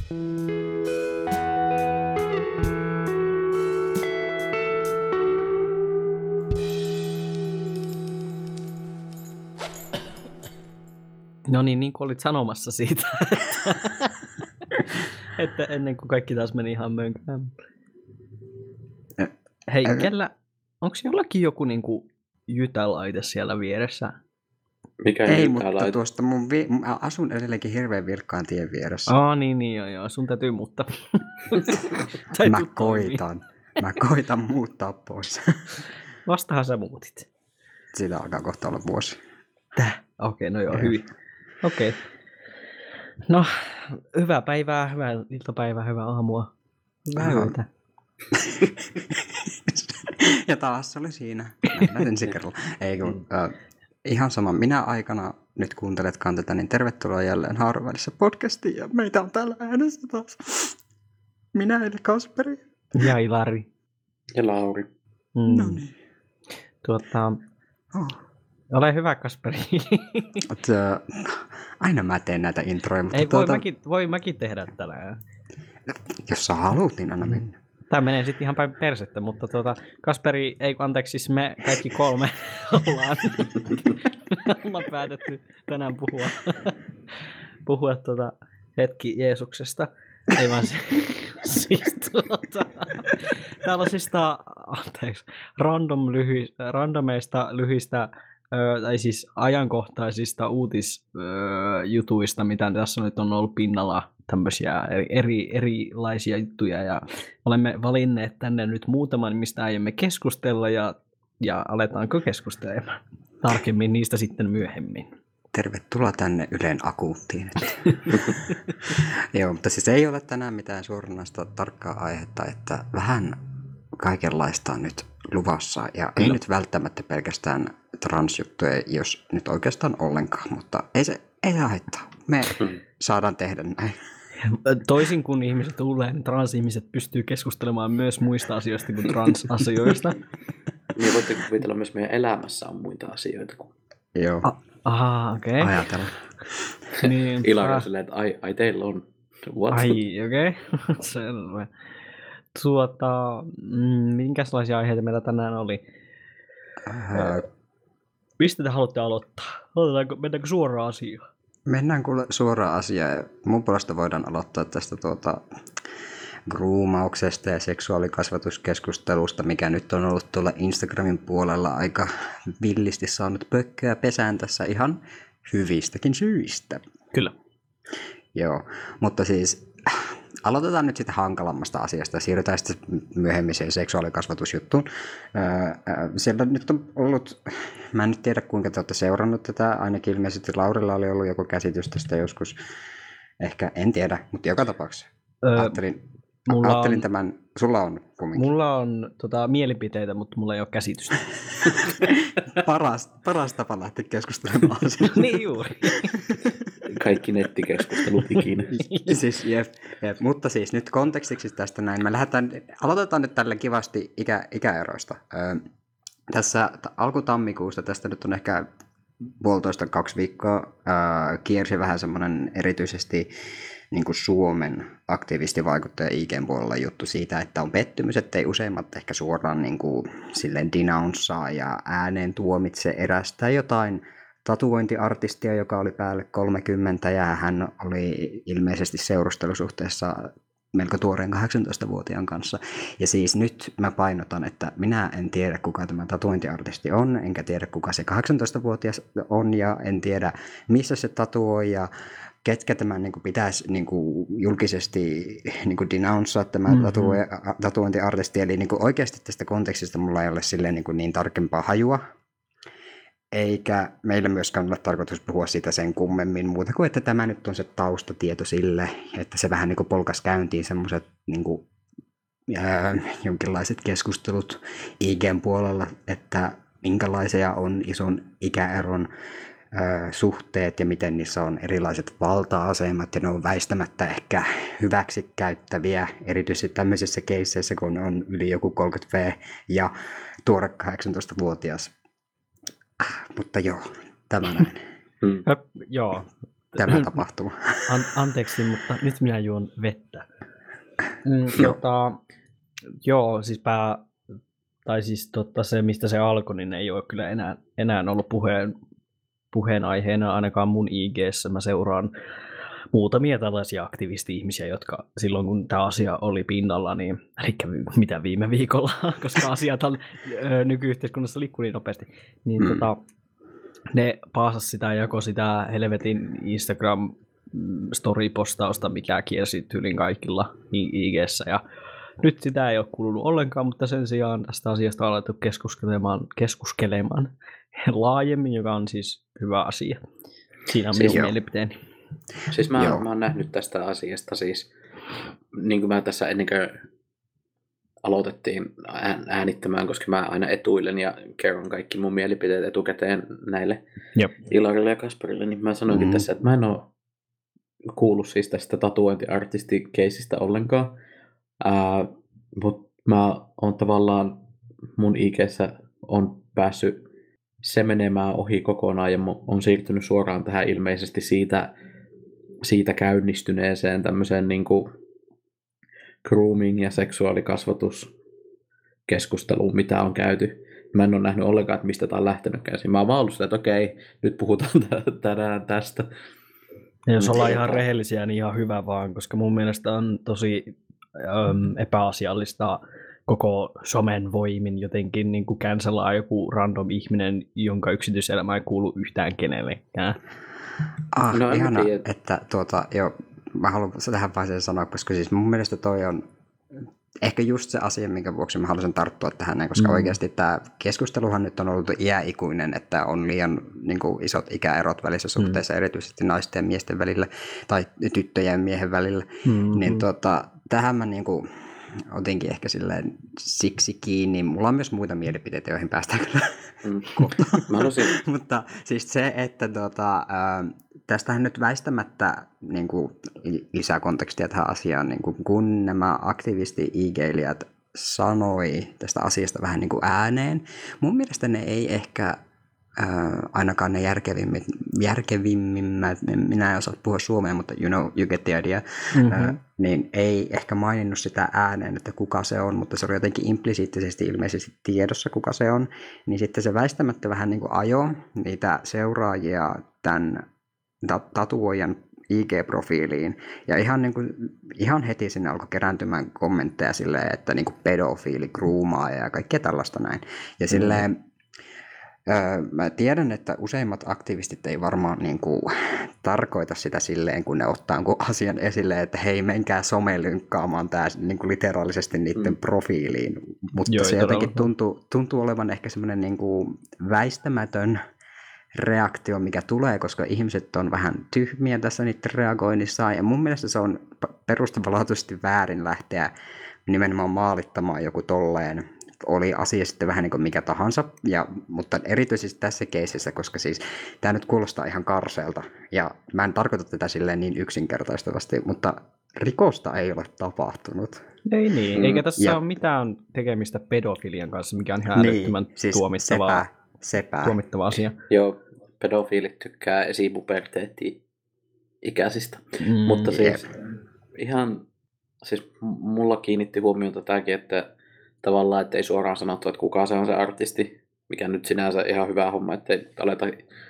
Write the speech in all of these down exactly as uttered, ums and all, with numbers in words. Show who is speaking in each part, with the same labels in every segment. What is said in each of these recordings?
Speaker 1: No niin, niin kuin olit sanomassa siitä, että, että ennen kuin kaikki taas meni ihan mönkään. Hei, kellä, onko jollakin joku niin kuin jytälaite siellä vieressä?
Speaker 2: Mikä
Speaker 3: Ei,
Speaker 2: mutta
Speaker 3: mutta tuosta mun vi- mä asun edelleenkin hirveän vilkkaan tien vieressä.
Speaker 1: Aa, niin, niin, joo, joo. Sun täytyy muuttaa.
Speaker 3: Mä koitan. Mä koitan muuttaa pois.
Speaker 1: Vastahan sä muutit.
Speaker 3: Siitä alkaa kohta olla vuosi.
Speaker 1: Täh? Okei, okay, no joo, hyvin. Okei. Okay. No, hyvää päivää, hyvää iltapäivää, hyvää aamua. Hyvää yötä.
Speaker 3: Ja taas se oli siinä. Nähdään ensi kerralla. Ei kun, äh, ihan sama. Minä aikana nyt kuunteletkaan tätä, niin tervetuloa jälleen Haaron välissä podcastiin. Ja meitä on täällä äänessä taas. Minä eli Kasperi.
Speaker 1: Ja Ilari.
Speaker 2: Ja Lauri.
Speaker 1: Mm.
Speaker 3: No niin.
Speaker 1: Tuota,
Speaker 3: oh.
Speaker 1: Ole hyvä, Kasperi.
Speaker 3: Ot, uh, aina mä teen näitä introja. Mutta
Speaker 1: Ei,
Speaker 3: tuota,
Speaker 1: voi, mäkin, voi mäkin tehdä tällä.
Speaker 3: Jos sä haluat, niin anna mennä.
Speaker 1: Tämä menee sitten ihan päin persettä, mutta tuota, Kasperi, ei anteeksi, siis me kaikki kolme ollaan, ollaan päätetty tänään puhua, puhua tuota hetki Jeesuksesta. Ei vaan se, siis tuota, tällaisista, anteeksi, random lyhy, randomeista lyhyistä, ö, tai siis ajankohtaisista uutisjutuista, mitä tässä nyt on ollut pinnalla, tämmöisiä eri, eri, erilaisia juttuja, ja olemme valinneet tänne nyt muutaman, mistä aiomme keskustella, ja, ja aletaanko keskustelemaan tarkemmin niistä sitten myöhemmin.
Speaker 3: Tervetuloa tänne Ylen akuuttiin. Joo, mutta siis ei ole tänään mitään suoranaista tarkkaa aihetta, että vähän kaikenlaista on nyt luvassa. Ja ei no. nyt välttämättä pelkästään transjuttuja, jos nyt oikeastaan ollenkaan, mutta ei se, ei se haittaa. Me saadaan tehdä näin.
Speaker 1: Toisin kuin ihmiset luulee, niin transihmiset pystyy keskustelemaan myös muista asioista kuin transasioista.
Speaker 2: Niin voitte kuvitella myös meidän elämässä on muita asioita kuin...
Speaker 3: Joo.
Speaker 1: A- Aha, okei. Okay.
Speaker 3: Ajatella.
Speaker 1: Niin,
Speaker 2: Ilari on silleen, että ai, ai teillä on. What?
Speaker 1: Ai, okei. Okay. Selvä. Tuota, mm, minkälaisia aiheita meillä tänään oli?
Speaker 3: Äh,
Speaker 1: Mistä te haluatte aloittaa? Aloitetaanko, mennäänkö suoraan asiaan?
Speaker 3: Mennään kuule suoraan asiaan. Mun puolesta voidaan aloittaa tästä tuota groomauksesta ja seksuaalikasvatuskeskustelusta, mikä nyt on ollut tuolla Instagramin puolella aika villisti saanut pökköä pesään tässä ihan hyvistäkin syistä.
Speaker 1: Kyllä.
Speaker 3: Joo, mutta siis aloitetaan nyt sitten hankalammasta asiasta ja siirrytään sitten myöhemmin siihen seksuaalikasvatusjuttuun. Siellä nyt on ollut, mä en nyt tiedä kuinka te olette seurannut tätä, ainakin ilmeisesti Laurilla oli ollut joku käsitys tästä joskus, ehkä en tiedä, mutta joka tapauksessa. Öö, Ajattelin, ajattelin on, tämän, sulla on kumminkin.
Speaker 1: Mulla on tota, mielipiteitä, mutta mulla ei ole käsitystä.
Speaker 3: paras, paras tapa lähteä keskustelemaan asiasta.
Speaker 1: Niin juuri.
Speaker 2: Kaikki nettikeskustelut ikinä.
Speaker 3: siis, jep, jep. Mutta siis nyt kontekstiksi tästä näin. Me lähdetään, aloitetaan nyt tällä kivasti ikä, ikäeroista. Öö, tässä alkutammikuusta, tästä nyt on ehkä puolitoista kaksi viikkoa, öö, kiersi vähän semmoinen erityisesti niin kuin Suomen aktivistivaikuttaja I G:n puolella juttu siitä, että on pettymys, ettei useimmat ehkä suoraan niin kuin silleen denounsaa ja ääneen tuomitse erästä jotain tatuointiartistia, joka oli päälle kolmekymmentä ja hän oli ilmeisesti seurustelusuhteessa melko tuoreen kahdeksantoistavuotiaan kanssa. Ja siis nyt mä painotan, että minä en tiedä kuka tämä tatuointiartisti on, enkä tiedä kuka se kahdeksantoistavuotias on ja en tiedä missä se tatuoi ja ketkä tämän niin kuin pitäisi niin kuin julkisesti niin kuin denouncea tämä mm-hmm. tatu- tatuointiartisti. Eli niin kuin oikeasti tästä kontekstista mulla ei ole silleen niin, kuin niin tarkempaa hajua. Eikä meillä myöskään ole tarkoitus puhua siitä sen kummemmin muuta kuin, että tämä nyt on se taustatieto sille, että se vähän niin kuin polkas käyntiin semmoiset niin kuin, ää, jonkinlaiset keskustelut I G:n puolella, että minkälaisia on ison ikäeron ää, suhteet ja miten niissä on erilaiset valta-asemat ja ne on väistämättä ehkä hyväksikäyttäviä, erityisesti tämmöisissä keisseissä, kun on yli joku kolmekymmentä vuotias ja tuore kahdeksantoistavuotias. Mutta joo, tämä näin.
Speaker 1: Mm. Höp, joo,
Speaker 3: tämä tapahtuma.
Speaker 1: An, anteeksi, mutta nyt minä juon vettä. Mm,
Speaker 3: Joo.
Speaker 1: tota, joo, siis pää, tai siis totta, se, mistä se alkoi, niin ei ole kyllä enää, enää ollut puheen, puheenaiheena ainakaan mun I G:ssä. Mä seuraan muutamia tällaisia aktivisti-ihmisiä, jotka silloin kun tämä asia oli pinnalla, niin, eli mitä viime viikolla, koska asiat nykyyhteiskunnassa liikkuu niin nopeasti, niin
Speaker 3: Mm.
Speaker 1: tota, ne paasas sitä ja jakoi sitä helvetin Instagram story-postausta, mikä kiersi tyylin kaikilla I G:ssä, ja nyt sitä ei ole kuulunut ollenkaan, mutta sen sijaan tästä asiasta on alettu keskustelemaan, keskustelemaan laajemmin, joka on siis hyvä asia. Siinä on
Speaker 2: Siis
Speaker 1: minun
Speaker 3: joo.
Speaker 1: mielipiteeni.
Speaker 2: Siis mä,
Speaker 3: Joo.
Speaker 2: mä oon nähnyt tästä asiasta siis, niin kuin mä tässä ennen kuin aloitettiin ään- äänittämään, koska mä aina etuilen ja kerron kaikki mun mielipiteet etukäteen näille
Speaker 1: Jep.
Speaker 2: Ilarille ja Kasperille, niin mä sanoinkin
Speaker 3: Mm.
Speaker 2: tässä, että mä en oo kuullut siis tästä tatuointiartistikeisistä ollenkaan, Ää, mutta mä oon tavallaan mun I G:ssä on päässyt se menemään ohi kokonaan ja mu- on siirtynyt suoraan tähän ilmeisesti siitä, siitä käynnistyneeseen tämmöiseen niin kuin grooming- ja seksuaalikasvatuskeskusteluun, mitä on käyty. Mä en ole nähnyt ollenkaan, että mistä tämä on lähtenyt käsin. Mä oon vaan ollut sitä, että okei, nyt puhutaan tä- tänään tästä.
Speaker 1: Ja jos
Speaker 2: Mutta
Speaker 1: ollaan ihan
Speaker 2: tota-
Speaker 1: rehellisiä, niin ihan hyvä vaan, koska mun mielestä on tosi äm, epäasiallista koko somen voimin jotenkin niin kuin cancelaa joku random ihminen, jonka yksityiselämä ei kuulu yhtään kenellekään.
Speaker 3: Ah,
Speaker 2: No, en mä
Speaker 3: ihana,
Speaker 2: tiedä.
Speaker 3: että tuota, jo, mä haluan tähän vaiheeseen sanoa, koska siis mun mielestä toi on ehkä just se asia, minkä vuoksi mä haluaisin tarttua tähän, näin, koska
Speaker 1: Mm.
Speaker 3: mm. oikeasti tämä keskusteluhan nyt on ollut iäikuinen, että on liian niin kuin, isot ikäerot välissä suhteessa, mm. erityisesti naisten ja miesten välillä, tai tyttöjen ja miehen välillä,
Speaker 1: Mm-hmm.
Speaker 3: niin tuota, tähän mä niin kuin, otinkin ehkä silleen siksi kiinni. Mulla on myös muita mielipiteitä, joihin päästään kyllä
Speaker 2: Mm.
Speaker 3: kohta.
Speaker 2: Mä haluaisin,
Speaker 3: Mutta siis se, että tuota, ää, tästähän nyt väistämättä niin kuin, lisää kontekstia tähän asiaan, niin kuin, kun nämä aktivisti-igeilijät sanoi tästä asiasta vähän niin kuin ääneen, mun mielestä ne ei ehkä ää, ainakaan ne järkevimmät, järkevimmät, minä en osaa puhua suomea, mutta you know, you get the idea,
Speaker 1: Mm-hmm.
Speaker 3: ää, niin ei ehkä maininnut sitä ääneen, että kuka se on, mutta se oli jotenkin implisiittisesti ilmeisesti tiedossa, kuka se on, niin sitten se väistämättä vähän niin kuin ajoi niitä seuraajia tämän tatuoijan I G-profiiliin, ja ihan, niin kuin, ihan heti sinne alkoi kerääntymään kommentteja silleen, että niin kuin pedofiili, groomaaja ja kaikkea tällaista näin. Ja silleen, mm. öö, mä tiedän, että useimmat aktivistit ei varmaan niin kuin, tarkoita sitä silleen, kun ne ottaa niin kuin asian esille, että hei, menkää somelynkkaamaan tämä niin kuin literaalisesti niiden mm. profiiliin, mutta
Speaker 1: Joo,
Speaker 3: se
Speaker 1: ei
Speaker 3: jotenkin
Speaker 1: todella.
Speaker 3: tuntuu, tuntuu olevan ehkä semmoinen niin kuin väistämätön reaktio, mikä tulee, koska ihmiset on vähän tyhmiä tässä niiden reagoinnissa, ja mun mielestä se on perustavanlaatuisesti väärin lähteä nimenomaan maalittamaan joku tolleen, oli asia sitten vähän niin kuin mikä tahansa, ja, mutta erityisesti tässä keisissä, koska siis tämä nyt kuulostaa ihan karseelta, ja mä en tarkoita tätä silleen niin yksinkertaistavasti, mutta rikosta ei ole tapahtunut.
Speaker 1: Ei niin,
Speaker 2: Mm,
Speaker 1: eikä tässä
Speaker 3: ja-
Speaker 1: ole mitään tekemistä pedofilian kanssa, mikä on ihan älyttömän
Speaker 3: siis
Speaker 1: tuomittavaa,
Speaker 3: sepä, sepä.
Speaker 1: tuomittava asia.
Speaker 2: joo, pedofiilit tykkää esipuberteetti-ikäisistä.
Speaker 1: Mm,
Speaker 2: Mutta siis ihan, siis m- mulla kiinnitti huomiota tämäkin, että tavallaan, että ei suoraan sanottu, että kuka se on se artisti, mikä nyt sinänsä ihan hyvä homma, että ei aleta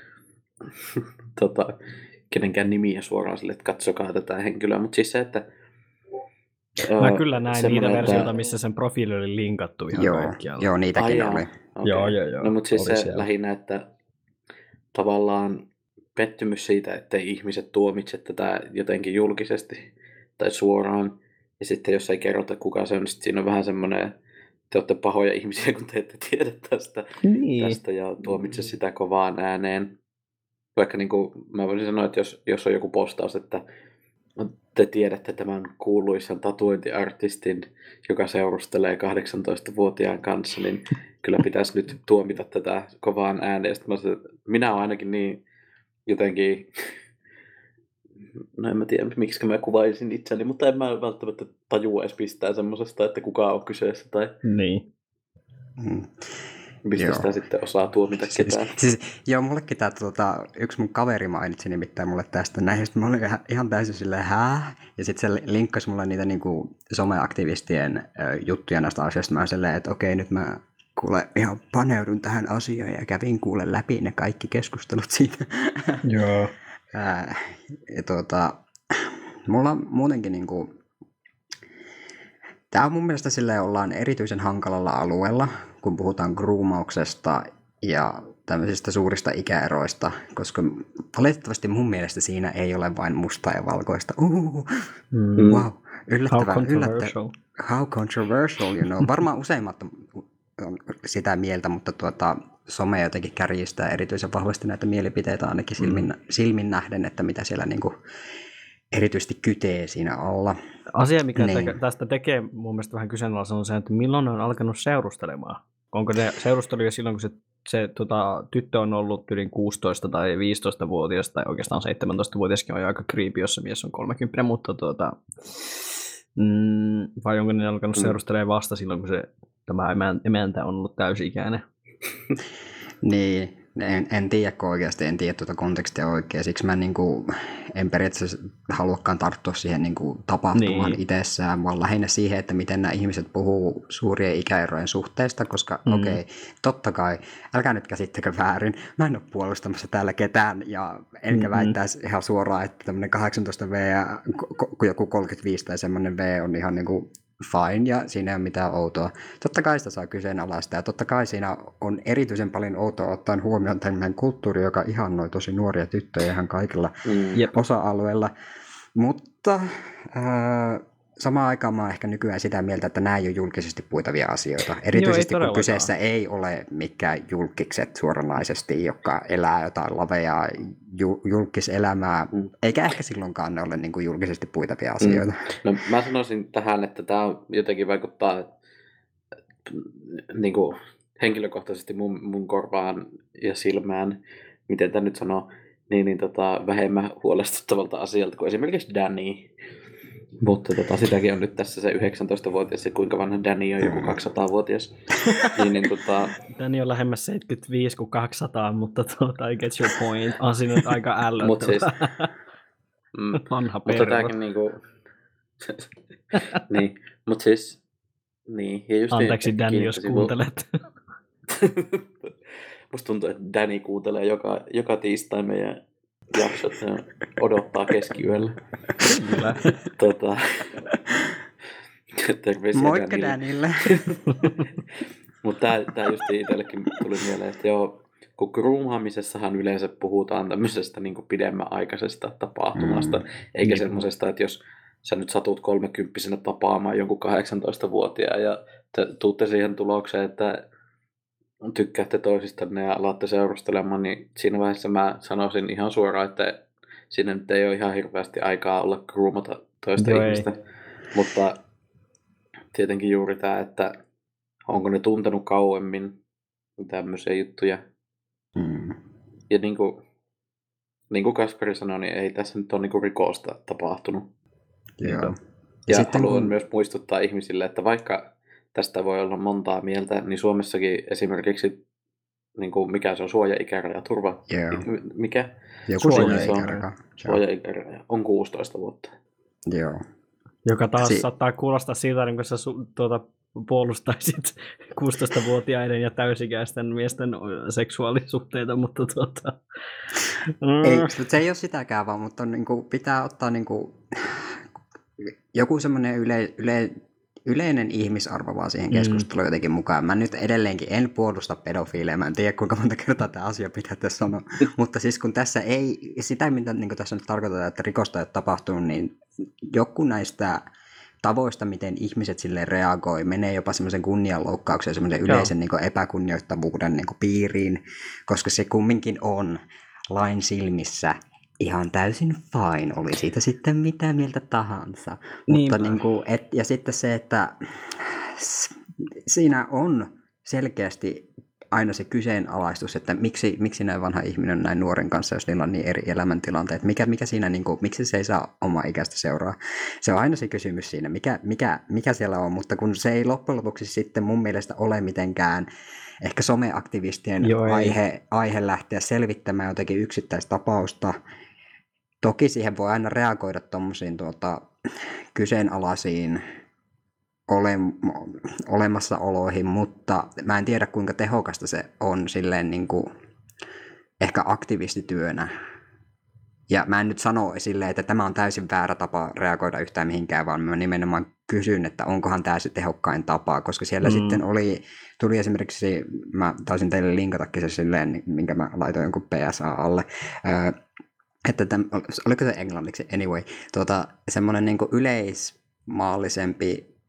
Speaker 2: tota, kenenkään nimiä suoraan sille, että katsokaa tätä henkilöä, mutta siis se, että
Speaker 1: Mä
Speaker 2: ää,
Speaker 1: kyllä näin niitä
Speaker 2: semmoinen,
Speaker 1: versioita,
Speaker 2: että-
Speaker 1: missä sen profiili oli linkattu ihan
Speaker 3: Joo,
Speaker 1: kaikkialla.
Speaker 3: joo, niitäkin
Speaker 2: Ai jaa,
Speaker 3: oli.
Speaker 2: okei.
Speaker 1: Joo, joo, joo,
Speaker 2: No mutta siis
Speaker 1: oli
Speaker 2: se
Speaker 1: siellä.
Speaker 2: lähinnä, että tavallaan pettymys siitä, ettei ihmiset tuomitse tätä jotenkin julkisesti tai suoraan. Ja sitten jos ei kerrota kuka se on, niin sitten siinä on vähän semmoinen, te olette pahoja ihmisiä, kun te ette tiedä tästä,
Speaker 1: Niin.
Speaker 2: tästä ja tuomitse sitä kovaan ääneen. Vaikka niin kuin, mä voisin sanoa, että jos, jos on joku postaus, että te tiedätte tämän kuuluisan tatuointiartistin, joka seurustelee kahdeksantoistavuotiaan kanssa, niin kyllä pitäisi nyt tuomita tätä kovaan ääneen. Sitten mä sanoin, että minä olen ainakin niin jotenkin, no en mä tiedä miksi mä kuvaisin itseni, mutta en mä välttämättä tajua edes pistää semmosesta, että kuka on kyseessä. Tai...
Speaker 1: Niin.
Speaker 3: Mm.
Speaker 2: mistä
Speaker 3: Joo.
Speaker 2: sitä sitten osaa tuomita ketään.
Speaker 3: Siis, siis, joo, mullekin tää, tuota, yksi mun kaveri mainitsi nimittäin mulle tästä näin, ja sitten mä olin ihan, ihan täysin silleen, hää? Ja sitten se linkkasi mulle niitä niinku, someaktivistien ö, juttuja näistä asioista. Mä olin silleen, että okei, nyt mä kuule ihan paneudun tähän asiaan ja kävin kuule läpi ne kaikki keskustelut siitä.
Speaker 1: Joo.
Speaker 3: Ää, ja tuota, mulla on muutenkin niinku, tää on mun mielestä silleen, ollaan erityisen hankalalla alueella, kun puhutaan groomauksesta ja tämmöisistä suurista ikäeroista, koska valitettavasti mun mielestä siinä ei ole vain musta ja valkoista. Uhuhu.
Speaker 1: Mm.
Speaker 3: Wow, yllättävää,
Speaker 1: How
Speaker 3: yllättävää.
Speaker 1: controversial.
Speaker 3: How controversial, you know. Varmaan useimmat on on sitä mieltä, mutta tuota, some jotenkin kärjistää erityisen vahvasti näitä mielipiteitä ainakin silmin, mm. silmin nähden, että mitä siellä niinku erityisesti kytee siinä alla.
Speaker 1: Asia, mikä
Speaker 3: Niin.
Speaker 1: teke, tästä tekee mun mielestä vähän kyseenalaisen, on se, että milloin ne on alkanut seurustelemaan. Onko ne seurustelu jo silloin, kun se, se tota, tyttö on ollut yli kuusitoista tai viisitoista-vuotias, tai oikeastaan seitsemäntoista-vuotiaskin on jo aika creepy, jos se mies on kolmekymmentä, mutta tuota, mm, vai onko ne alkanut
Speaker 2: Mm.
Speaker 1: seurustelemaan vasta silloin, kun se tämä emäntä on ollut täysi-ikäinen?
Speaker 3: Niin, en, en tiedä oikeasti, en tiedä tuota kontekstia oikein, siksi mä niinku, en periaatteessa haluakaan tarttua siihen niinku tapahtumaan
Speaker 1: Niin.
Speaker 3: itsessään, vaan lähinnä siihen, että miten nämä ihmiset puhuu suurien ikäerojen suhteesta, koska
Speaker 1: Mm.
Speaker 3: okei, okay, totta kai, älkää nyt käsittäkö väärin, mä en ole puolustamassa täällä ketään, ja enkä
Speaker 1: Mm-mm.
Speaker 3: väittäisi ihan suoraan, että tämmöinen kahdeksantoista vuotias ja ko- ko- joku kolmekymmentäviisi tai semmoinen V on ihan niinku fine, ja siinä ei ole mitään outoa. Totta kai sitä saa kyseenalaista, ja totta kai siinä on erityisen paljon outoa ottaen huomioon tämmöinen kulttuuri, joka ihannoi tosi nuoria tyttöjä ihan kaikilla
Speaker 2: Mm.
Speaker 1: Jep.
Speaker 3: osa-alueilla. Mutta ää, samaan aikaan mä oon ehkä nykyään sitä mieltä, että nämä ei ole julkisesti puitavia asioita. Erityisesti kun
Speaker 1: todellakaan.
Speaker 3: kyseessä ei ole mikään julkikset suoranaisesti, jotka elää jotain laveaa ju- julkiselämää,
Speaker 2: Mm.
Speaker 3: eikä ehkä silloinkaan ne ole niin kuin julkisesti puitavia asioita.
Speaker 2: No, mä sanoisin tähän, että tämä jotenkin vaikuttaa niin kuin henkilökohtaisesti mun, mun korvaan ja silmään, miten tämä nyt sanoo, niin, niin tota, vähemmän huolestuttavalta asialta kuin esimerkiksi Danny. Mutta tota, sitäkin on nyt tässä se yhdeksäntoistavuotias ja kuinka vanha Danny on, joku kaksisataavuotias. niin, niin, tota,
Speaker 1: Danny on lähemmäs seitsemänkymmentäviisi kuin kaksisataa, mutta tuota, I get your point. On siinä nyt aika ällöttävä.
Speaker 2: Mut siis, mm,
Speaker 1: Vanha
Speaker 2: mutta
Speaker 1: pervo.
Speaker 2: tämäkin niinku... niin, mutta siis... Niin, ja just
Speaker 1: Anteeksi
Speaker 2: niin,
Speaker 1: Danny, jos
Speaker 2: kiinnittäisin
Speaker 1: kuuntelet.
Speaker 2: Musta tuntuu, että Danny kuuntelee joka, joka tiistai meidän jaksot ja odottaa keskiyöllä.
Speaker 1: Kyllä.
Speaker 2: tota, terveisiä
Speaker 3: Moikka
Speaker 2: Dannylle.
Speaker 3: Danille!
Speaker 2: Mutta tää, tää just itsellekin tuli mieleen, että joo, kun groomaamisessahan yleensä puhutaan tämmöisestä niin kuin pidemmän aikaisesta tapahtumasta,
Speaker 3: Mm.
Speaker 2: eikä
Speaker 1: Niin.
Speaker 2: semmoisesta, että jos sä nyt satut kolmekymppisenä tapaamaan jonkun kahdeksantoistavuotiaan ja te tuutte siihen tulokseen, että tykkäätte toisistanne ja alatte seurustelemaan, niin siinä vaiheessa mä sanoisin ihan suoraan, että siinä nyt ei ole ihan hirveästi aikaa olla groomata toista
Speaker 1: Joo, ei.
Speaker 2: ihmistä. Mutta tietenkin juuri tämä, että onko ne tuntenut kauemmin tämmöisiä juttuja.
Speaker 3: Mm.
Speaker 2: Ja niin kuin, niin kuin Kasperi sanoi, niin ei tässä nyt ole niin kuin rikosta tapahtunut.
Speaker 3: Joo.
Speaker 2: Ja,
Speaker 3: Ja sitten
Speaker 2: haluan
Speaker 3: kun-
Speaker 2: myös muistuttaa ihmisille, että vaikka tästä voi olla montaa mieltä, niin Suomessakin esimerkiksi, niin kuin mikä se on, suojaikäraja, turva,
Speaker 3: Joo.
Speaker 2: mikä
Speaker 3: Joku
Speaker 1: Suoja-
Speaker 3: suojaikäraja. Joo.
Speaker 2: suojaikäraja on kuusitoista vuotta.
Speaker 3: Joo.
Speaker 1: Joka taas
Speaker 3: Si-
Speaker 1: saattaa kuulostaa siltä, niin kuin sä su- tuota, puolustaisit kuusitoistavuotiaiden ja täysikäisten miesten seksuaalisuhteita, mutta tuota...
Speaker 3: Ei, mutta se ei ole sitäkään vaan, mutta niin kuin, pitää ottaa niin kuin, joku semmoinen yle, yle, yleinen ihmisarvo vaan siihen
Speaker 1: Mm.
Speaker 3: keskusteluun jotenkin mukaan. Mä nyt edelleenkin en puolusta pedofiileja, mä en tiedä kuinka monta kertaa tämä asia pitää tässä sanoa, mutta siis kun tässä ei, sitä mitä niin kuin tässä nyt tarkoitetaan, että rikosta ei ole tapahtunut, niin joku näistä tavoista, miten ihmiset sille reagoi, menee jopa semmoisen kunnianloukkauksen, semmoisen
Speaker 1: Joo.
Speaker 3: yleisen niin kuin epäkunnioittavuuden niin kuin piiriin, koska se kumminkin on lain silmissä ihan täysin fine, oli siitä sitten mitä mieltä tahansa. Mutta
Speaker 1: Niinpä.
Speaker 3: niin kuin, et, ja sitten se, että s- siinä on selkeästi aina se kyseenalaistus, että miksi, miksi näin vanha ihminen on näin nuoren kanssa, jos niillä on niin eri elämäntilanteet. Mikä, mikä siinä, niin kuin, miksi se ei saa omaa ikäistä seuraa? Se on aina se kysymys siinä, mikä, mikä, mikä siellä on, mutta kun se ei loppujen lopuksi sitten mun mielestä ole mitenkään ehkä someaktivistien aihe, aihe lähteä selvittämään jotenkin yksittäistapausta. Toki siihen voi aina reagoida tuommoisiin tuota, kyseenalaisiin ole, olemassaoloihin, mutta mä en tiedä kuinka tehokasta se on silleen niin kuin ehkä aktivistityönä. Ja mä en nyt sano silleen, että tämä on täysin väärä tapa reagoida yhtään mihinkään, vaan mä nimenomaan kysyn, että onkohan tämä se tehokkain tapa, koska siellä mm. sitten oli, tuli esimerkiksi, mä taisin teille linkatakin se silleen, minkä mä laitoin jonkun P S A alle, että tämän, oliko se englanniksi, anyway, tuota, semmoinen niin kuin yleismaallisempi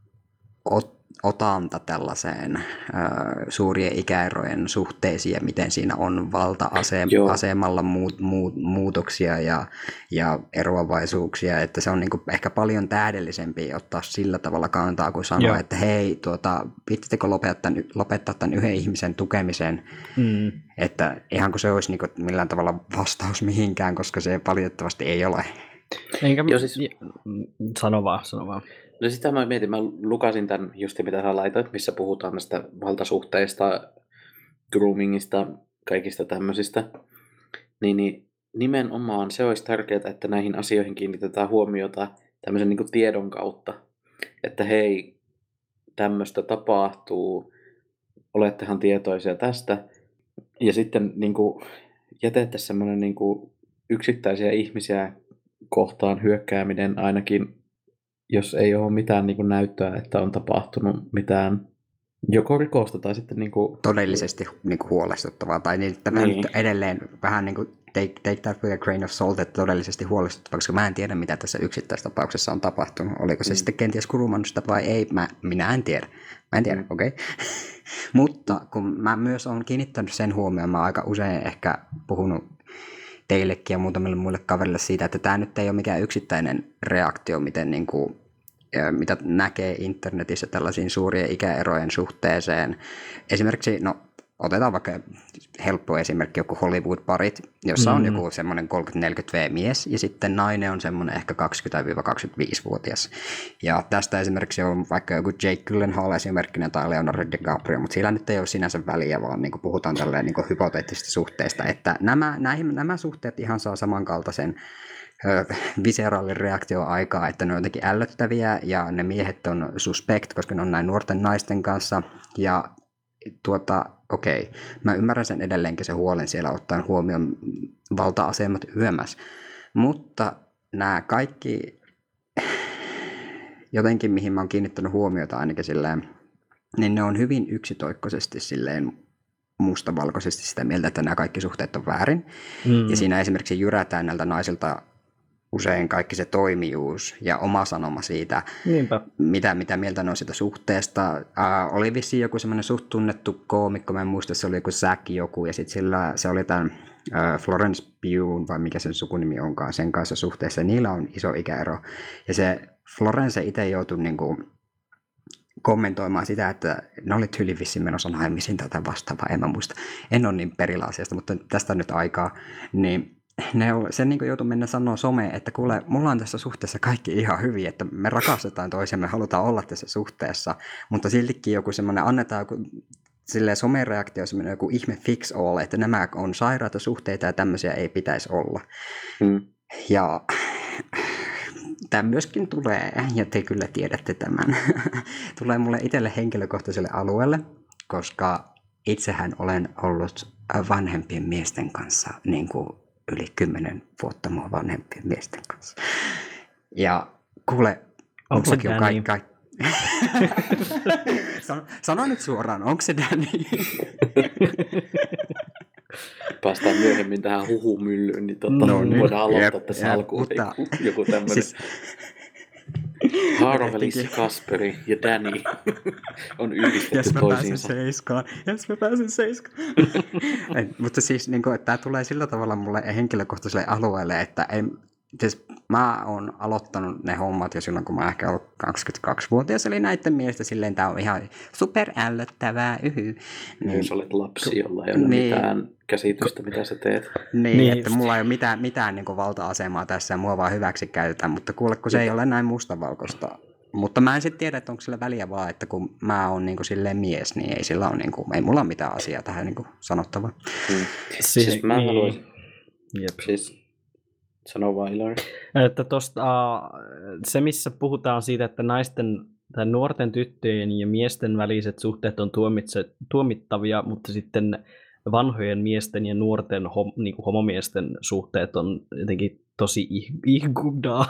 Speaker 3: ot, otanta tällaiseen ää, suurien ikäerojen suhteisiin ja miten siinä on valta-asemalla muut, muut, muutoksia ja, ja eroavaisuuksia, että se on niin kuin ehkä paljon tähdellisempi ottaa sillä tavalla kantaa, kun sanoa, Joo. että hei, tuota, viittittekö lopettaa, lopettaa tämän yhden ihmisen tukemisen, mm. että ihan kuin se olisi niin kuin millään tavalla vastaus mihinkään, koska se valitettavasti ei ole.
Speaker 1: Enkä, Joo, siis... Sano vaan, sano vaan.
Speaker 2: No sitä mä mietin, mä lukasin tämän just mitä sä laitoit, missä puhutaan näistä valtasuhteista, groomingista, kaikista tämmöisistä. Niin, niin nimenomaan se olisi tärkeää, että näihin asioihin kiinnitetään huomiota tämmöisen niin kuin tiedon kautta. Että hei, tämmöistä tapahtuu, olettehan tietoisia tästä. Ja sitten niin kuin jätettäisiin semmoinen niin kuin yksittäisiä ihmisiä kohtaan hyökkääminen ainakin, jos ei ole mitään niin kuin näyttöä, että on tapahtunut mitään joko rikosta tai sitten niin kuin
Speaker 3: todellisesti niin kuin huolestuttavaa. Tai niin, että niin. Nyt edelleen vähän niin kuin take, take that with a grain of salt, että todellisesti huolestuttavaa, koska mä en tiedä, mitä tässä yksittäistapauksessa on tapahtunut. Oliko se mm. sitten kenties kurumannusta vai ei, mä, minä en tiedä. Mä en tiedä, mm. okei. Okay. Mutta kun mä myös olen kiinnittänyt sen huomioon, mä aika usein ehkä puhunut teillekin ja muutamille muille kaverille siitä, että tämä nyt ei ole mikään yksittäinen reaktio, miten niin kuin, mitä näkee internetissä tällaisiin suurien ikäerojen suhteeseen. Esimerkiksi, no otetaan vaikka helppo esimerkki, joku Hollywood-parit, jossa on mm-hmm. joku semmoinen kolmekymmentä neljäkymmentä V-mies ja sitten nainen on semmoinen ehkä kaksikymmentä kaksikymmentäviisi-vuotias. Ja tästä esimerkiksi on vaikka joku Jake Gyllenhaal esimerkkinä tai Leonardo DiCaprio, mutta sillä nyt ei ole sinänsä väliä, vaan niin kuin puhutaan tälleen niin kuin hypoteettisista suhteista, että nämä, näihin, nämä suhteet ihan saa samankaltaisen viseraalin reaktioaikaa, että ne on jotenkin ällöttäviä ja ne miehet on suspect, koska ne on näin nuorten naisten kanssa ja tuota, okei, mä ymmärrän sen edelleenkin se huolen siellä ottaen huomioon valta-asemat yömässä, mutta nämä kaikki jotenkin, mihin mä oon kiinnittänyt huomiota ainakin silleen, niin ne on hyvin yksitoikkoisesti silleen mustavalkoisesti sitä mieltä, että nämä kaikki suhteet on väärin. Mm. Ja siinä esimerkiksi jyrätään näiltä naisilta usein kaikki se toimijuus ja oma sanoma siitä, mitä, mitä mieltä ne on siitä suhteesta. Äh, oli vissiin joku semmoinen suht tunnettu koomikko, mä en muista, se oli joku Zack joku, ja sitten sillä se oli tämän äh, Florence Pugh, vai mikä sen sukunimi onkaan, sen kanssa suhteessa, ja niillä on iso ikäero. Ja se Florence itse joutui niinku kommentoimaan sitä, että ne oli tyyli vissiin menossa naimisiin tätä vastaavaa, en mä muista. En ole niin perillä asiasta, mutta tästä on nyt aikaa, niin ne on, sen niin joutui mennä sanoa someen, että kuule, mulla on tässä suhteessa kaikki ihan hyvin, että me rakastetaan toisiamme, halutaan olla tässä suhteessa, mutta siltikin joku semmoinen, annetaan joku silleen somereaktio, semmoinen joku ihme fix all, että nämä on sairaita suhteita ja tämmöisiä ei pitäisi olla. Mm. Ja tämä myöskin tulee, ja te kyllä tiedätte tämän, tulee mulle itselle henkilökohtaiselle alueelle, koska itsehän olen ollut vanhempien miesten kanssa niin kuin yli kymmenen vuotta mua vanhempien miesten kanssa. Ja kuule,
Speaker 1: onko se Danny?
Speaker 3: Kaikki, kaikki... sano, sano nyt suoraan, onko se Danny?
Speaker 2: Päästään myöhemmin tähän huhumyllyyn, niin totta, no niin, voidaan aloittaa jep, tässä jep, alkuun mutta... joku tämmöinen. Siis... Harvelis, Kasperi ja Danny on yhdistetty yes, toisiinsa.
Speaker 3: Seiskaan. Yes, mä pääsen seiskaan. Ei, mutta siis, niin kuin, että tämä tulee sillä tavalla mulle henkilökohtaiselle alueelle, että ei, siis mä oon aloittanut ne hommat jo silloin, kun mä ehkä ollut kaksikymmentäkaksivuotias, eli näiden mielestä silleen tää on ihan superällöttävää, yhy.
Speaker 2: Niin, jos olet lapsi, jolla ei ole niin, mitään käsitystä, mitä sä teet.
Speaker 3: Niin, niin että mulla ei ole mitään, mitään niin kuin valta-asemaa tässä ja mua vaan hyväksi käytetään, mutta kuule, kun se ei ole näin mustavalkoista. Mutta mä en sitten tiedä, että onko sillä väliä vaan, että kun mä oon niin kuin silleen mies, niin ei sillä ole, niin kuin, ei mulla ole mitään asiaa tähän niin kuin sanottavaa.
Speaker 2: Hmm. Siis, siis mä
Speaker 1: niin.
Speaker 2: haluaisin...
Speaker 1: Jep.
Speaker 2: Siis, sano vaan, Ilari.
Speaker 1: Että tosta, se, missä puhutaan siitä, että naisten tai nuorten tyttöjen ja miesten väliset suhteet on tuomitse, tuomittavia, mutta sitten vanhojen miesten ja nuorten hom, niin kuin homomiesten suhteet on jotenkin tosi ihkudaa.